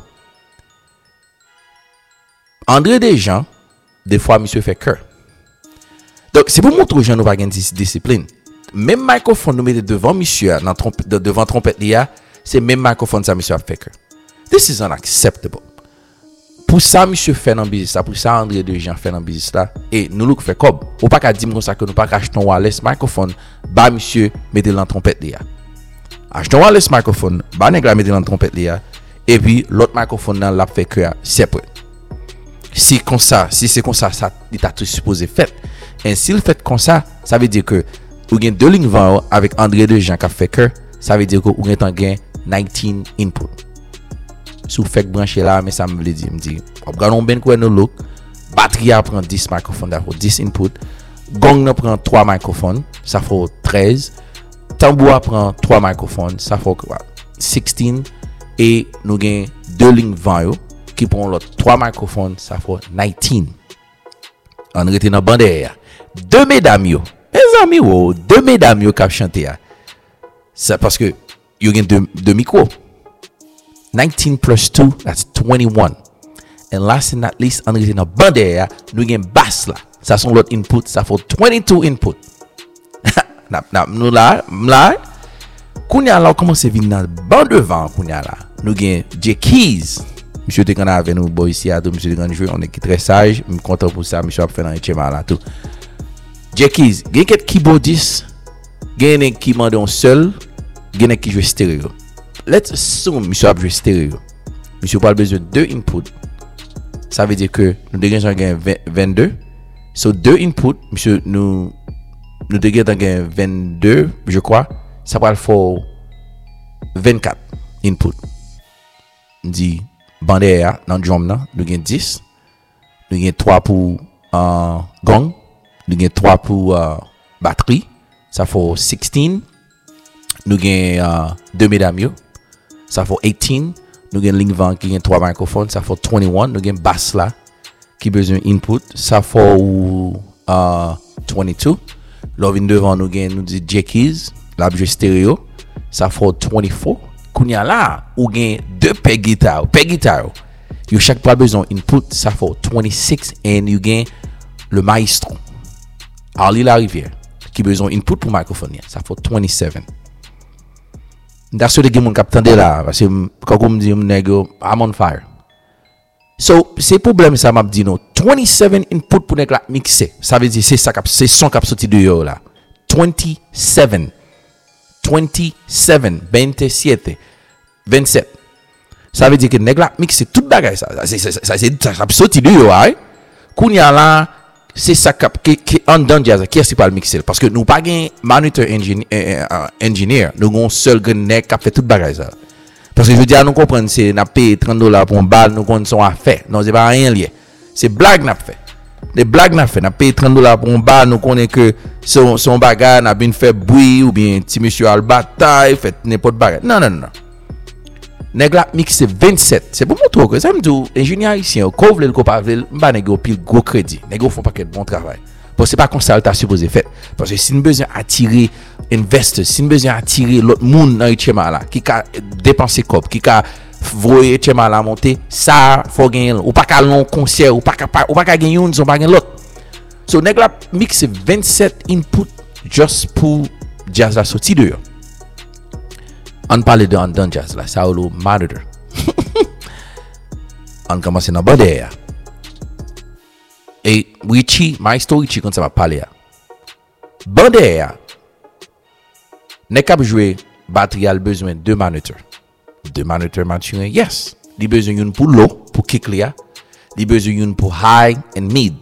André Desjans des fois monsieur fait cœur. Donc c'est pour montrer aux gens nous pas une discipline. Même microphone nous mettez devant monsieur dans trompette devant trompette là, c'est même microphone ça monsieur a fait cœur. This is unacceptable. Pour ça monsieur fait dans business ça, pour ça André Desjans fait dans business là et nous look fait comme ou pas qu'à dire comme ça que nous pas acheter un wireless microphone, bah monsieur mettez dans trompette là. Achetez un wireless microphone, bah nèg la mettez dans trompette là et puis l'autre microphone là l'a fait cœur separate. Si comme ça, si c'est comme ça, ça il t'a tout supposé fait. Et s'il fait comme ça, ça veut dire que vous avez deux lignes vingt avec André Desjans qui a fait que ça veut dire que vous avez gain nineteen input. Si vous faites brancher là, mais ça me veut dire, me dit, regardons bien quoi nous look, batterie prend dix microphones, ça fait dix input, gong prend trois microphones, ça fait treize, tambour prend trois microphones, ça fait sixteen et nous avons deux lignes vingt qui prend l'autre trois microphones, ça fait nineteen. On rete dans bande air. Deux mesdames yo. Mes amis wo, deux mesdames yo qui chanté. C'est parce que yo gen deux deux micros. nineteen plus two, that's twenty-one. And last and not least, on rete dans bande air, nous gen basse là. Ça sont l'autre input, ça fait twenty-two input. Nap nap nous là, là. Kounya là commence venir dans bande devant kounya là. Nous gen J Keys. Monsieur te kana avec nous boy ici à tout monsieur te kana jouer on est très sage, je suis content pour ça monsieur a fait dans Chema là tout. Jackies, gen ket keyboardist, gen un qui mande un seul, gen un qui joue stéréo. Let's assume monsieur a joué stéréo. Monsieur pas besoin de deux inputs. Ça veut dire que nous devons gagner vingt-deux. So deux inputs, monsieur nous nous devons gagner vingt-deux, je crois. Ça va faire vingt-quatre inputs. Dit bande air dans drum là, nous avons dix. Nous avons trois pour euh, gong. Nous avons trois pour euh, batterie. Ça fait sixteen. Nous avons euh, deux mesdames. Ça fait eighteen. Nous avons ligne vingt qui a trois microphones. Ça fait twenty-one. Nous avons basse là qui a besoin d'input. Ça fait euh, twenty-two. Là, devant nous avons nous dit Jackies, l'objet stéréo. Ça fait twenty-four. Kounya là, ou gen deux peg guitar, peg guitar. You chaque pas besoin input, ça fait twenty-six and you gain le maestro. Ali la rivière qui besoin input pour microphone, ça fait twenty-seven. That's what the game on captain de là parce que quand on me dit nègre I'm on fire. So, c'est problème ça m'a dit non, twenty-seven input pour nègre la mixer. Ça veut dire c'est ça cap c'est son cap sorti de yo là. twenty-seven twenty-seven, vingt-sept, vingt-sept. Ça veut dire que nèg la mixer toute bagaille ça. C'est ça c'est ça sorti de yo hein. Kounya là c'est ça cap qui qui en dans jazz qui est pas le mixer parce que nous pas gain monitor engineer uh, engineer nous gon seul nèg qui fait toute bagaille ça. Parce que je veux dire nous comprendre c'est n'a payer trente dollars pour un balle nous connaissons à faire. Non, c'est pas rien lié. C'est blague n'a fait. Des blagues n'a fait, n'a payé trente dollars pour un bar, nous connaît que son son bagage n'a bien fait bruit ou bien petit monsieur al bataille, fait n'importe bagage. Non non non. Nèg la mixé vingt-sept. C'est pour montrer que ça me dit ingénieur ici, ko vle ko pa vle, m'ba nèg pile gros crédit. Nèg font pas quel bon travail. Parce que c'est pas comme ça t'a supposé faire. Parce que si nous besoin attirer investors, si nous besoin attirer l'autre monde dans Chema là qui a dépenser cop, qui a voyer Chema la monter, ça faut gagner ou pas qu'à long concert ou pas ou pas qu'à gagner une, on pas gagner l'autre. So nèg la mix vingt-sept input just pour jazz la sortie de. On parle de on jazz là, ça le monitor. On commence dans bande air. Et Richie, Maestro Richie, quand ça va parler. Bandé, n'est qu'à jouer batterie a besoin de deux moniteurs. Deux moniteurs maturés, yes. Il besoin d'une pour low, pour kick là. Il besoin d'une pour high and mid.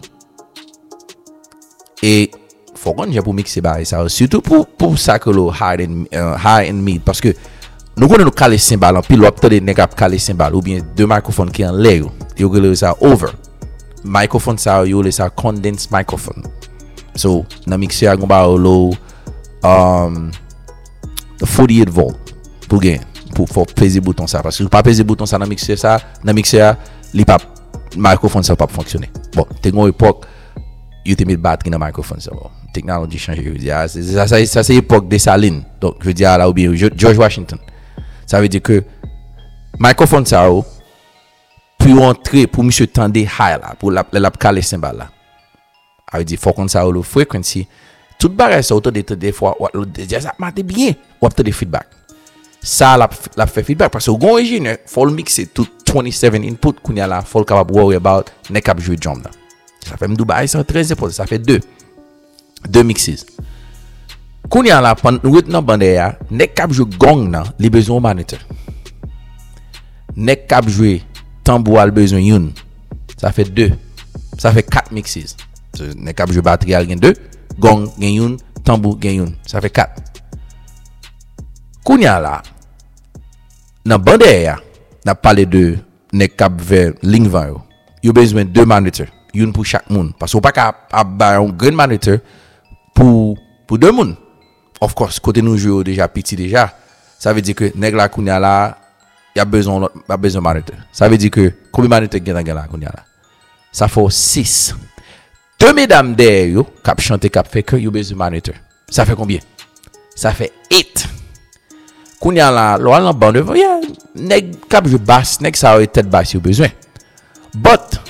Et faut qu'on ait pour mixer ça, surtout pour pour ça que le high and uh, high and mid, parce que nous connaissons caler cymbales en pile, l'autre des nègres caler cymbales ou bien deux microphones qui en l'air, ils ont ça over. Microphone ça, ils ont ça condensed microphone. So, dans mixer à gomba le um forty-eight volt pour gagner pour pour peser bouton ça, parce que pas peser bouton ça dans mixer ça, dans mixer li pas microphone ça pas fonctionner. Bon, t'es une époque you te mis batterie dans microphone ça. Bon, technologie change, je veux dire, ça ça ça c'est époque des salines. Donc je veux dire là ou bien George Washington. Ça veut dire que microphone ça pour entrer pour monsieur tendre high là pour la la caler cymbale là. Ça veut dire faut qu'on ça le frequency tout bagage ça autant des fois ça m'a bien ou peut des feedback. Ça la la fait feedback parce que gon ingénieur faut le mixer tout twenty-seven input qu'on y a là faut capable worry about ne cap jouer drum là. Ça fait Dubaï c'est très important, ça fait deux deux mixes. Qu'on y a là pendant dans bande ya ne cap jouer gong là, les besoin moniteur. Ne cap jouer tambour a besoin une. Ça fait deux. Ça fait quatre mixes. Ne cap jouer batterie a deux, gong gagne une, tambour gagne une. Ça fait quatre. Qu'on y a là dans bande ya, n'a parlé de ne cap vers ligne vingt. You besoin deux moniteurs. Une pour chaque monde parce qu'on pas capable un grand moniteur pour pour deux monde. Of course côté nous jouer déjà petit déjà, ça veut dire que nèg la kounya là il y a besoin a besoin moniteur. Ça veut dire que combien moniteur gagne là kounya là, ça fait six. Deux mesdames derrière yo cap chanter cap fait que yo besoin moniteur, ça fait combien? Ça fait eight. Kounya là lo en bande devant yeah, nèg cap jouer basse, nèg ça aurait tête basse yo besoin, but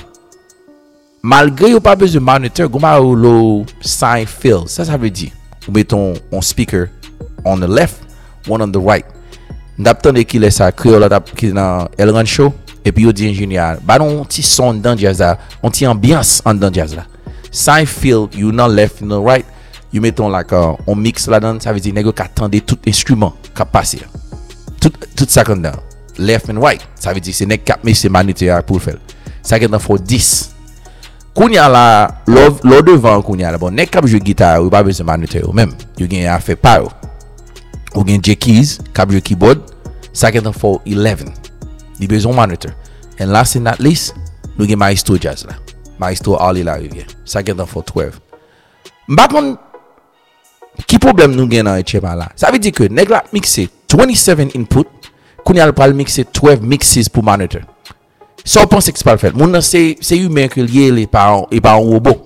malgré ou pas besoin de moniteur, goma ou lo sine fill. Ça ça veut dire ou mettons un speaker on the left, one on the right. N'attendez qu'il laisse ça créole là qui dans Elran Show et puis il dit ingénieur, bah non petit son dans jazz là, on petit ambiance en dans jazz là. Sine fill, you not left, you not right. You mettons là quand on mixe là-dedans, ça veut dire négo qu'attendez tout instrument qui passe. Tout tout ça comme dans left and right. Ça veut dire c'est nèg cap mais c'est moniteur pour faire. Ça gagne faut dix. Kounya la lo devant kounya la bon nek k'ap jouer guitare ou pas besoin moniteur ou même you gain a fait pas ou gain J keys k'ap jouer keyboard ça gain for eleven il besoin moniteur and last and not least nous gain Maestro Jazz là Maestro Ali là vient ça gain for twelve m'pa kon qui problème nous gain dans etchema là ça veut dire que nèg la mixer twenty-seven input kounya la pral mixer twelve mixes pour moniteur. Ça, on pense que c'est pas le fait. Mon c'est c'est humain que lié les parents et pas un robot.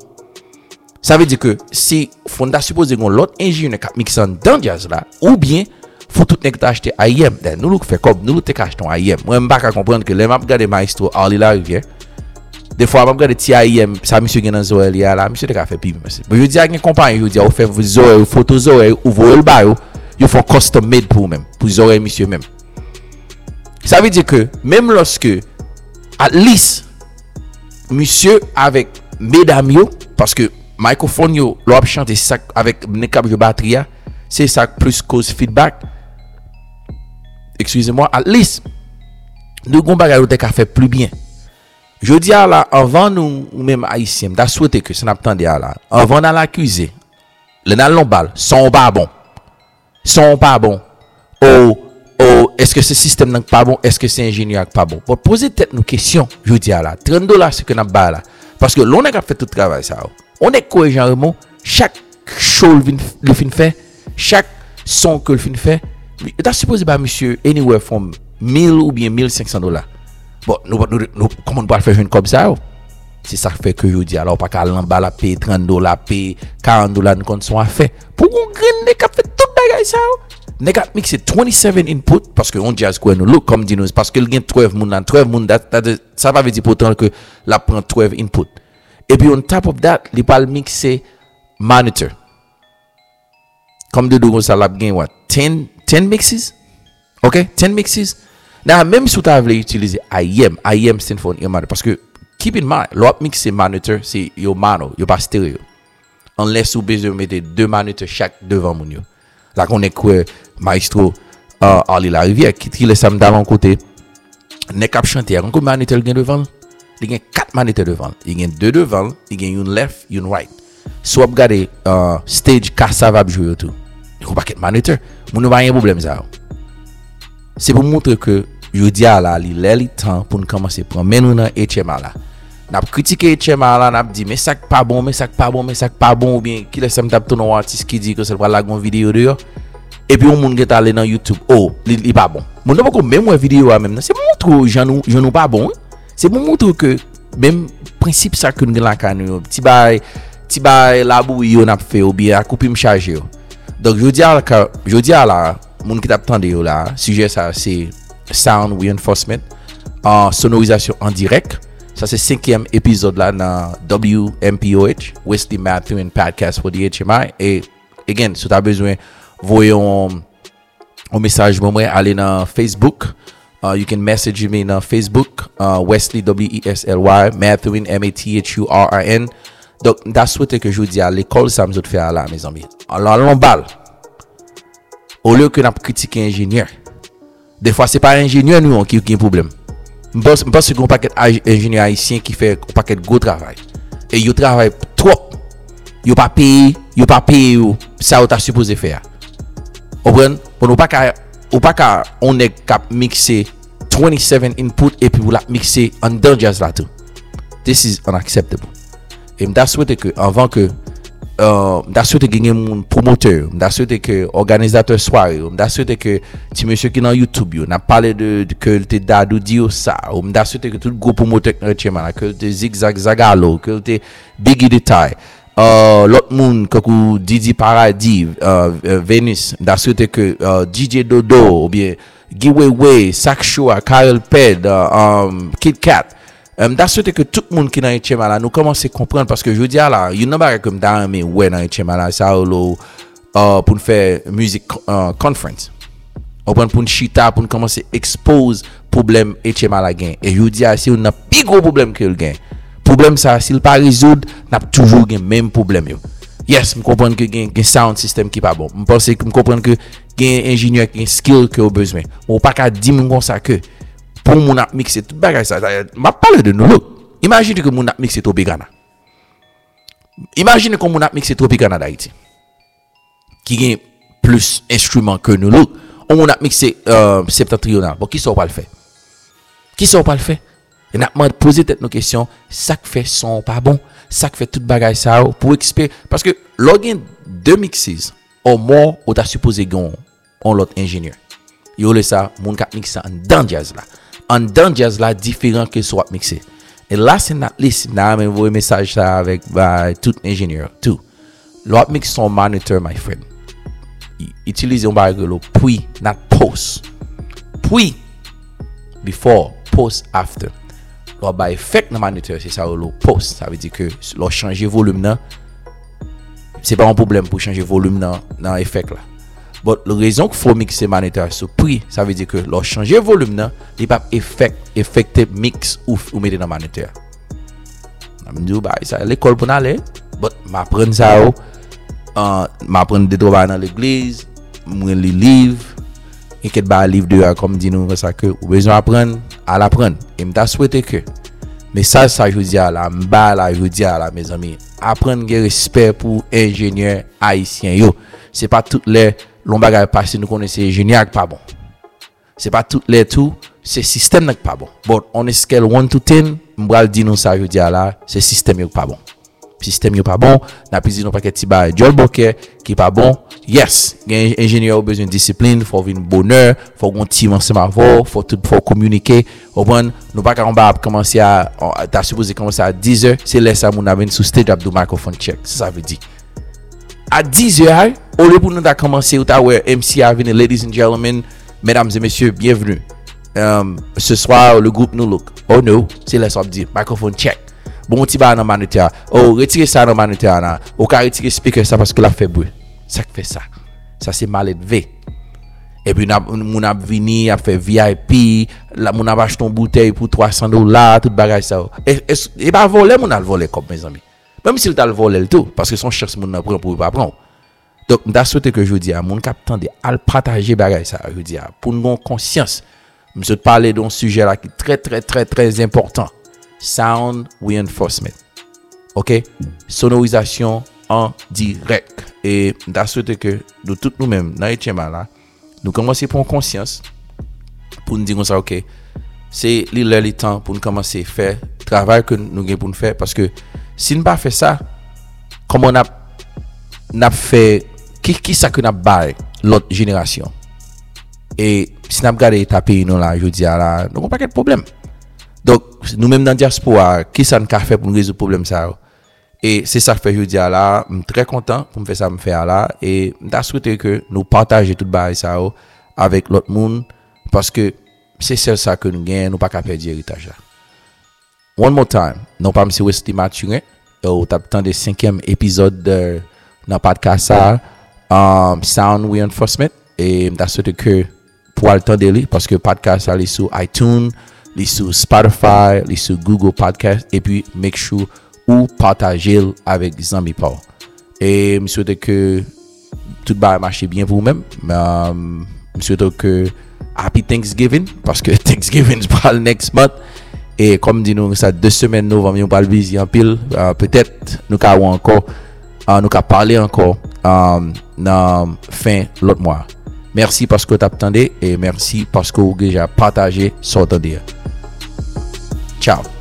Ça veut dire que si on a supposé qu'on l'autre ingénieur qui mixe dans jazz là ou bien faut tout nèg acheter I M. Nous nous fait comme nous te achetons I M. Moi m'pas comprendre que les m'a regarder Maestro Ali la rivière. Des fois m'a regarder T I M, ça monsieur gen dans Zoel là, monsieur te ka fait pire monsieur. Mais je dis à une compagnie, je dis on fait vos oreilles, photos oreilles ou vous le bail, il faut custom made pour même, pour les oreilles monsieur même. Ça veut dire que même lorsque at least monsieur avec mesdames yo parce que microphone yo l'op chanter ça avec ne câble de batterie c'est ça plus cause feedback excusez-moi at least nous gon bagay te ka fait plus bien je dis là avant nous même haïtien da souhaité que ça n'attendait là avant dans l'accuser le dans lombal son pas bon son pas bon oh oh, est-ce que ce système n'est pas bon? Est-ce que c'est ingénieur pas bon? Pour poser peut-être une question, je dis là, trente dollars c'est que n'a pas là. Parce que l'on a fait tout le travail ça. On est cohérent, chaque show le fin fait, chaque son que le fin fait, il est supposé pas monsieur anywhere from mille ou bien mille cinq cents dollars. Bon, nous, nous, nous comment on peut faire une comme ça? C'est ça fait que je dis alors pas qu'à l'emballe la payer trente dollars, payer quarante dollars nous compte son affaire. Pour qu'on gagne des fait tout bagage ça. Nèg a mixé twenty-seven input parce que on jazz quoi nous look comme dit nous parce que il gagne twelve moun dans twelve moun ça va veut dire pourtant que la prend twelve input et puis on top of that il pas mixer monitor comme de deux ça l'a gagne what ten ten mixes OK ten mixes là même si tu as voulu utiliser I M I M stand for monitor parce que keep in mind, l'autre mixer moniteur, c'est yo mono, yo pas stéréo. Unless vous besoin de mettre deux moniteurs chaque devant mon yo. Là qu'on est quoi maestro euh Ali la rivière qui tire le sam d'avant côté. N'est cap chanter, on combien moniteur gain devant? Il y a quatre moniteurs devant. Il y a deux devant, il y a une left, une right. Soit regarder euh stage Kassa va jouer tout. Il y a pas quatre moniteurs. Mon pas un problème ça. C'est pour montrer que je dis à la il est temps pour nous commencer prendre mais nous dans H M A là. N'a critiqué H M A là, n'a dit mais ça pas bon, mais ça pas bon, mais ça pas bon ou bien qui laisse me taper ton artiste qui dit que c'est pas la gon vidéo dehors. Et puis on monde qui aller dans YouTube, oh, il pas bon. Mon pas comme même vidéo même, c'est montre gens nous gens nous pas bon. C'est pour montrer que même principe ça que nous la canne, petit bail, petit bail la bouille on a fait ou bien à couper me charger. Donc je dis à la je dis à la monde qui t'attendait là, sujet ça c'est sound reinforcement, en sonorisation en direct. Ça c'est cinquième épisode là dans W M P O H, Wesley Matthew and Podcast for the H M I. Et again, si tu as besoin, voyons un message pour moi, allez dans Facebook. Uh, you can message me dans Facebook, uh, Wesley W E S L Y, Matthew M A T H U R I N. Donc, that's souhaité que je vous dis à l'école, ça me fait là, mes amis. Alors, allons balle. Au lieu que nous critiquer ingénieur. Des fois, c'est pas ingénieur nous qui a un problème. Je pense qu'on a un paquet d'ingénieurs haïtiens qui fait un paquet de gros travail. Et ils travaillent trop. Ils n'ont pas payé, ils n'ont pas payé ça qu'ils sont supposé faire. Vous comprenez? Pour nous pas ou pas qu'à on est cap mixer twenty-seven input et puis vous la mixer en dedans jazz là tout. This is unacceptable. Et m'da souhaité que avant que euh m'da souhaité gagner mon promoteur, m'da souhaité que organisateur soirée, m'da souhaité que ti monsieur qui dans YouTube yo n'a parlé de, de que te dadou di ça, ou m'da souhaité que tout gros promoteur là que te zigzag zagalo, que te Biggie Detail. Euh, l'autre monde que Didi Paradis, euh, euh, Venus, d'assurer que euh, D J Dodo ou bien Giveaway, Sakshua, Kyle Ped, euh, um, Kid Kat, euh, d'assurer que tout le monde qui est dans H M A là nous commence à comprendre parce que je dis là, il y a pas comme dans mais ouais dans H M A là ça euh, pour faire musique euh, conference. On prend pour une chita pour commencer à exposer problème H M A là gain et je dis si on a plus gros problème que le gain. Problème ça s'il pas résoudre n'a toujours le même problème yo. Yes, me comprendre que gain un sound system qui pas bon. Me penser que me comprendre que gain ingénieur qui un skill que au besoin. On pas qu'à dire comme ça que pour mon a mixer tout bagage ça. M'a parler de nous. Imagine que mon a mixer Tropicana. Imagine que mon a mixer Tropicana d'Haïti. Qui gain plus instruments que nous. On a mixé euh, septentrional. Bon qui ça pas le faire? Qui ça pas le faire? Et n'a pas posé tête nos questions, ça fait son pas bon, ça fait toute bagage ça pour expliquer parce que login deux mixes au moins on t'a supposé gon on l'autre ingénieur. Yo le ça mon cap mixer en dans jazz là. En dans jazz là différent que soit mixé. Et là c'est not list n'a même envoyer message ça avec bah, tout ingénieur tout. L'autre mix son monitor my friend. Utilisez un bagage le puis not post. Puis before post after. Leur ba effect dans moniteur c'est ça le post ça veut dire que leur changer volume là c'est pas un problème pour changer volume dans dans effect là but la raison qu'il faut mixer moniteur sur prix ça veut dire que leur changer volume là il pas effect effective mix ou ou mettre dans moniteur on me dit bah ça l'école pour aller but m'apprendre ça euh m'apprendre des droits dans l'église moi les livres et qu'elle ba livre de comme dit nous ça que ou besoin apprendre à l'apprendre et m'ta souhaité que mais ça ça je dis à la m'ba là je dis à la mes amis apprendre le respect pour ingénieur haïtien yo c'est pas toutes les l'on bagage passé nous connaissons ingénieur pas bon c'est pas toutes les tout c'est système n'est pas bon but on est scale one to ten m'bral dit nous ça je dis à la c'est système yo pas bon système yo pas bon n'a plus dit non paquet ti ba Joel Booker qui pas bon yes ingénieur a besoin de discipline faut une bonheur faut un team ensemble avoir faut tout faut communiquer au bon nous pas qu'on va commencer à t'as supposé commencer à dix heures c'est là ça mon avait sous stage abdou microphone check ça veut dire à dix heures au lieu pour nous da commencer ou ta ouais M C Avin ladies and gentlemen mesdames et messieurs bienvenue um, ce soir le groupe nous look oh no c'est là ça veut dire microphone check bon ti ba dans moniteur oh retirer ça dans moniteur là ou ka retirer speaker ça parce que la fait bruit ça fait ça ça c'est mal élevé Et puis, moun ap vini, ap fait V I P, la moun ap acheté une bouteille pour trois cents dollars, tout bagage ça. Et, et, et pas voler, moun a volé comme mes amis. Même s'il t'a volé le tout, parce que son chance moun n'a prend pour pas prendre. Donc, dans ce que je dis à mon capitaine de al partager bagage ça, je dis pour nous conscience. Je vais parler d'un sujet là qui est très très très très important. Sound reinforcement. OK? Sonorisation en direct. Et dans ce que nous tous nous-mêmes dans les chemins là, nous commençons à prendre conscience pour nous dire ça, OK, c'est le temps pour nous commencer à faire le travail que nous avons pour nous faire. Parce que si nous ne pas fait ça, comme on a, on a fait, qui, qui ça que nous avons l'autre génération? Et si nous avons regardé l'état pays, nous là, je dis, là, nous n'avons pas de problème. Donc, nous-mêmes dans la diaspora, qui ça nous a fait pour nous résoudre le problème ça? Et c'est ça que fait je dis là, je suis très content pour me faire ça me faire là et je souhaite que nous partagions tout ça avec l'autre monde parce que c'est ça que nous gagnons, nous pas capable perdre l'héritage là. One more time, non pas monsieur Wesley Mathurin, au temps de cinquième épisode de dans podcast ça um, Sound Reinforcement et je souhaite que pour le temps de parce que podcast ça est sur iTunes, est sur Spotify, est sur Google Podcast et puis make sure ou partager avec des amis Paul. Et je souhaite que tout va marcher bien pour vous-même. Um, je souhaite que Happy Thanksgiving parce que Thanksgiving c'est pas le next month. Et comme dit nous ça deux semaines nous vont pas le busy en pile. Uh, peut-être nous avons encore uh, nous avons parler encore um, dans fin l'autre mois. Merci parce que tu attendez et merci parce que vous avez déjà partagé sur ton dia. Ciao.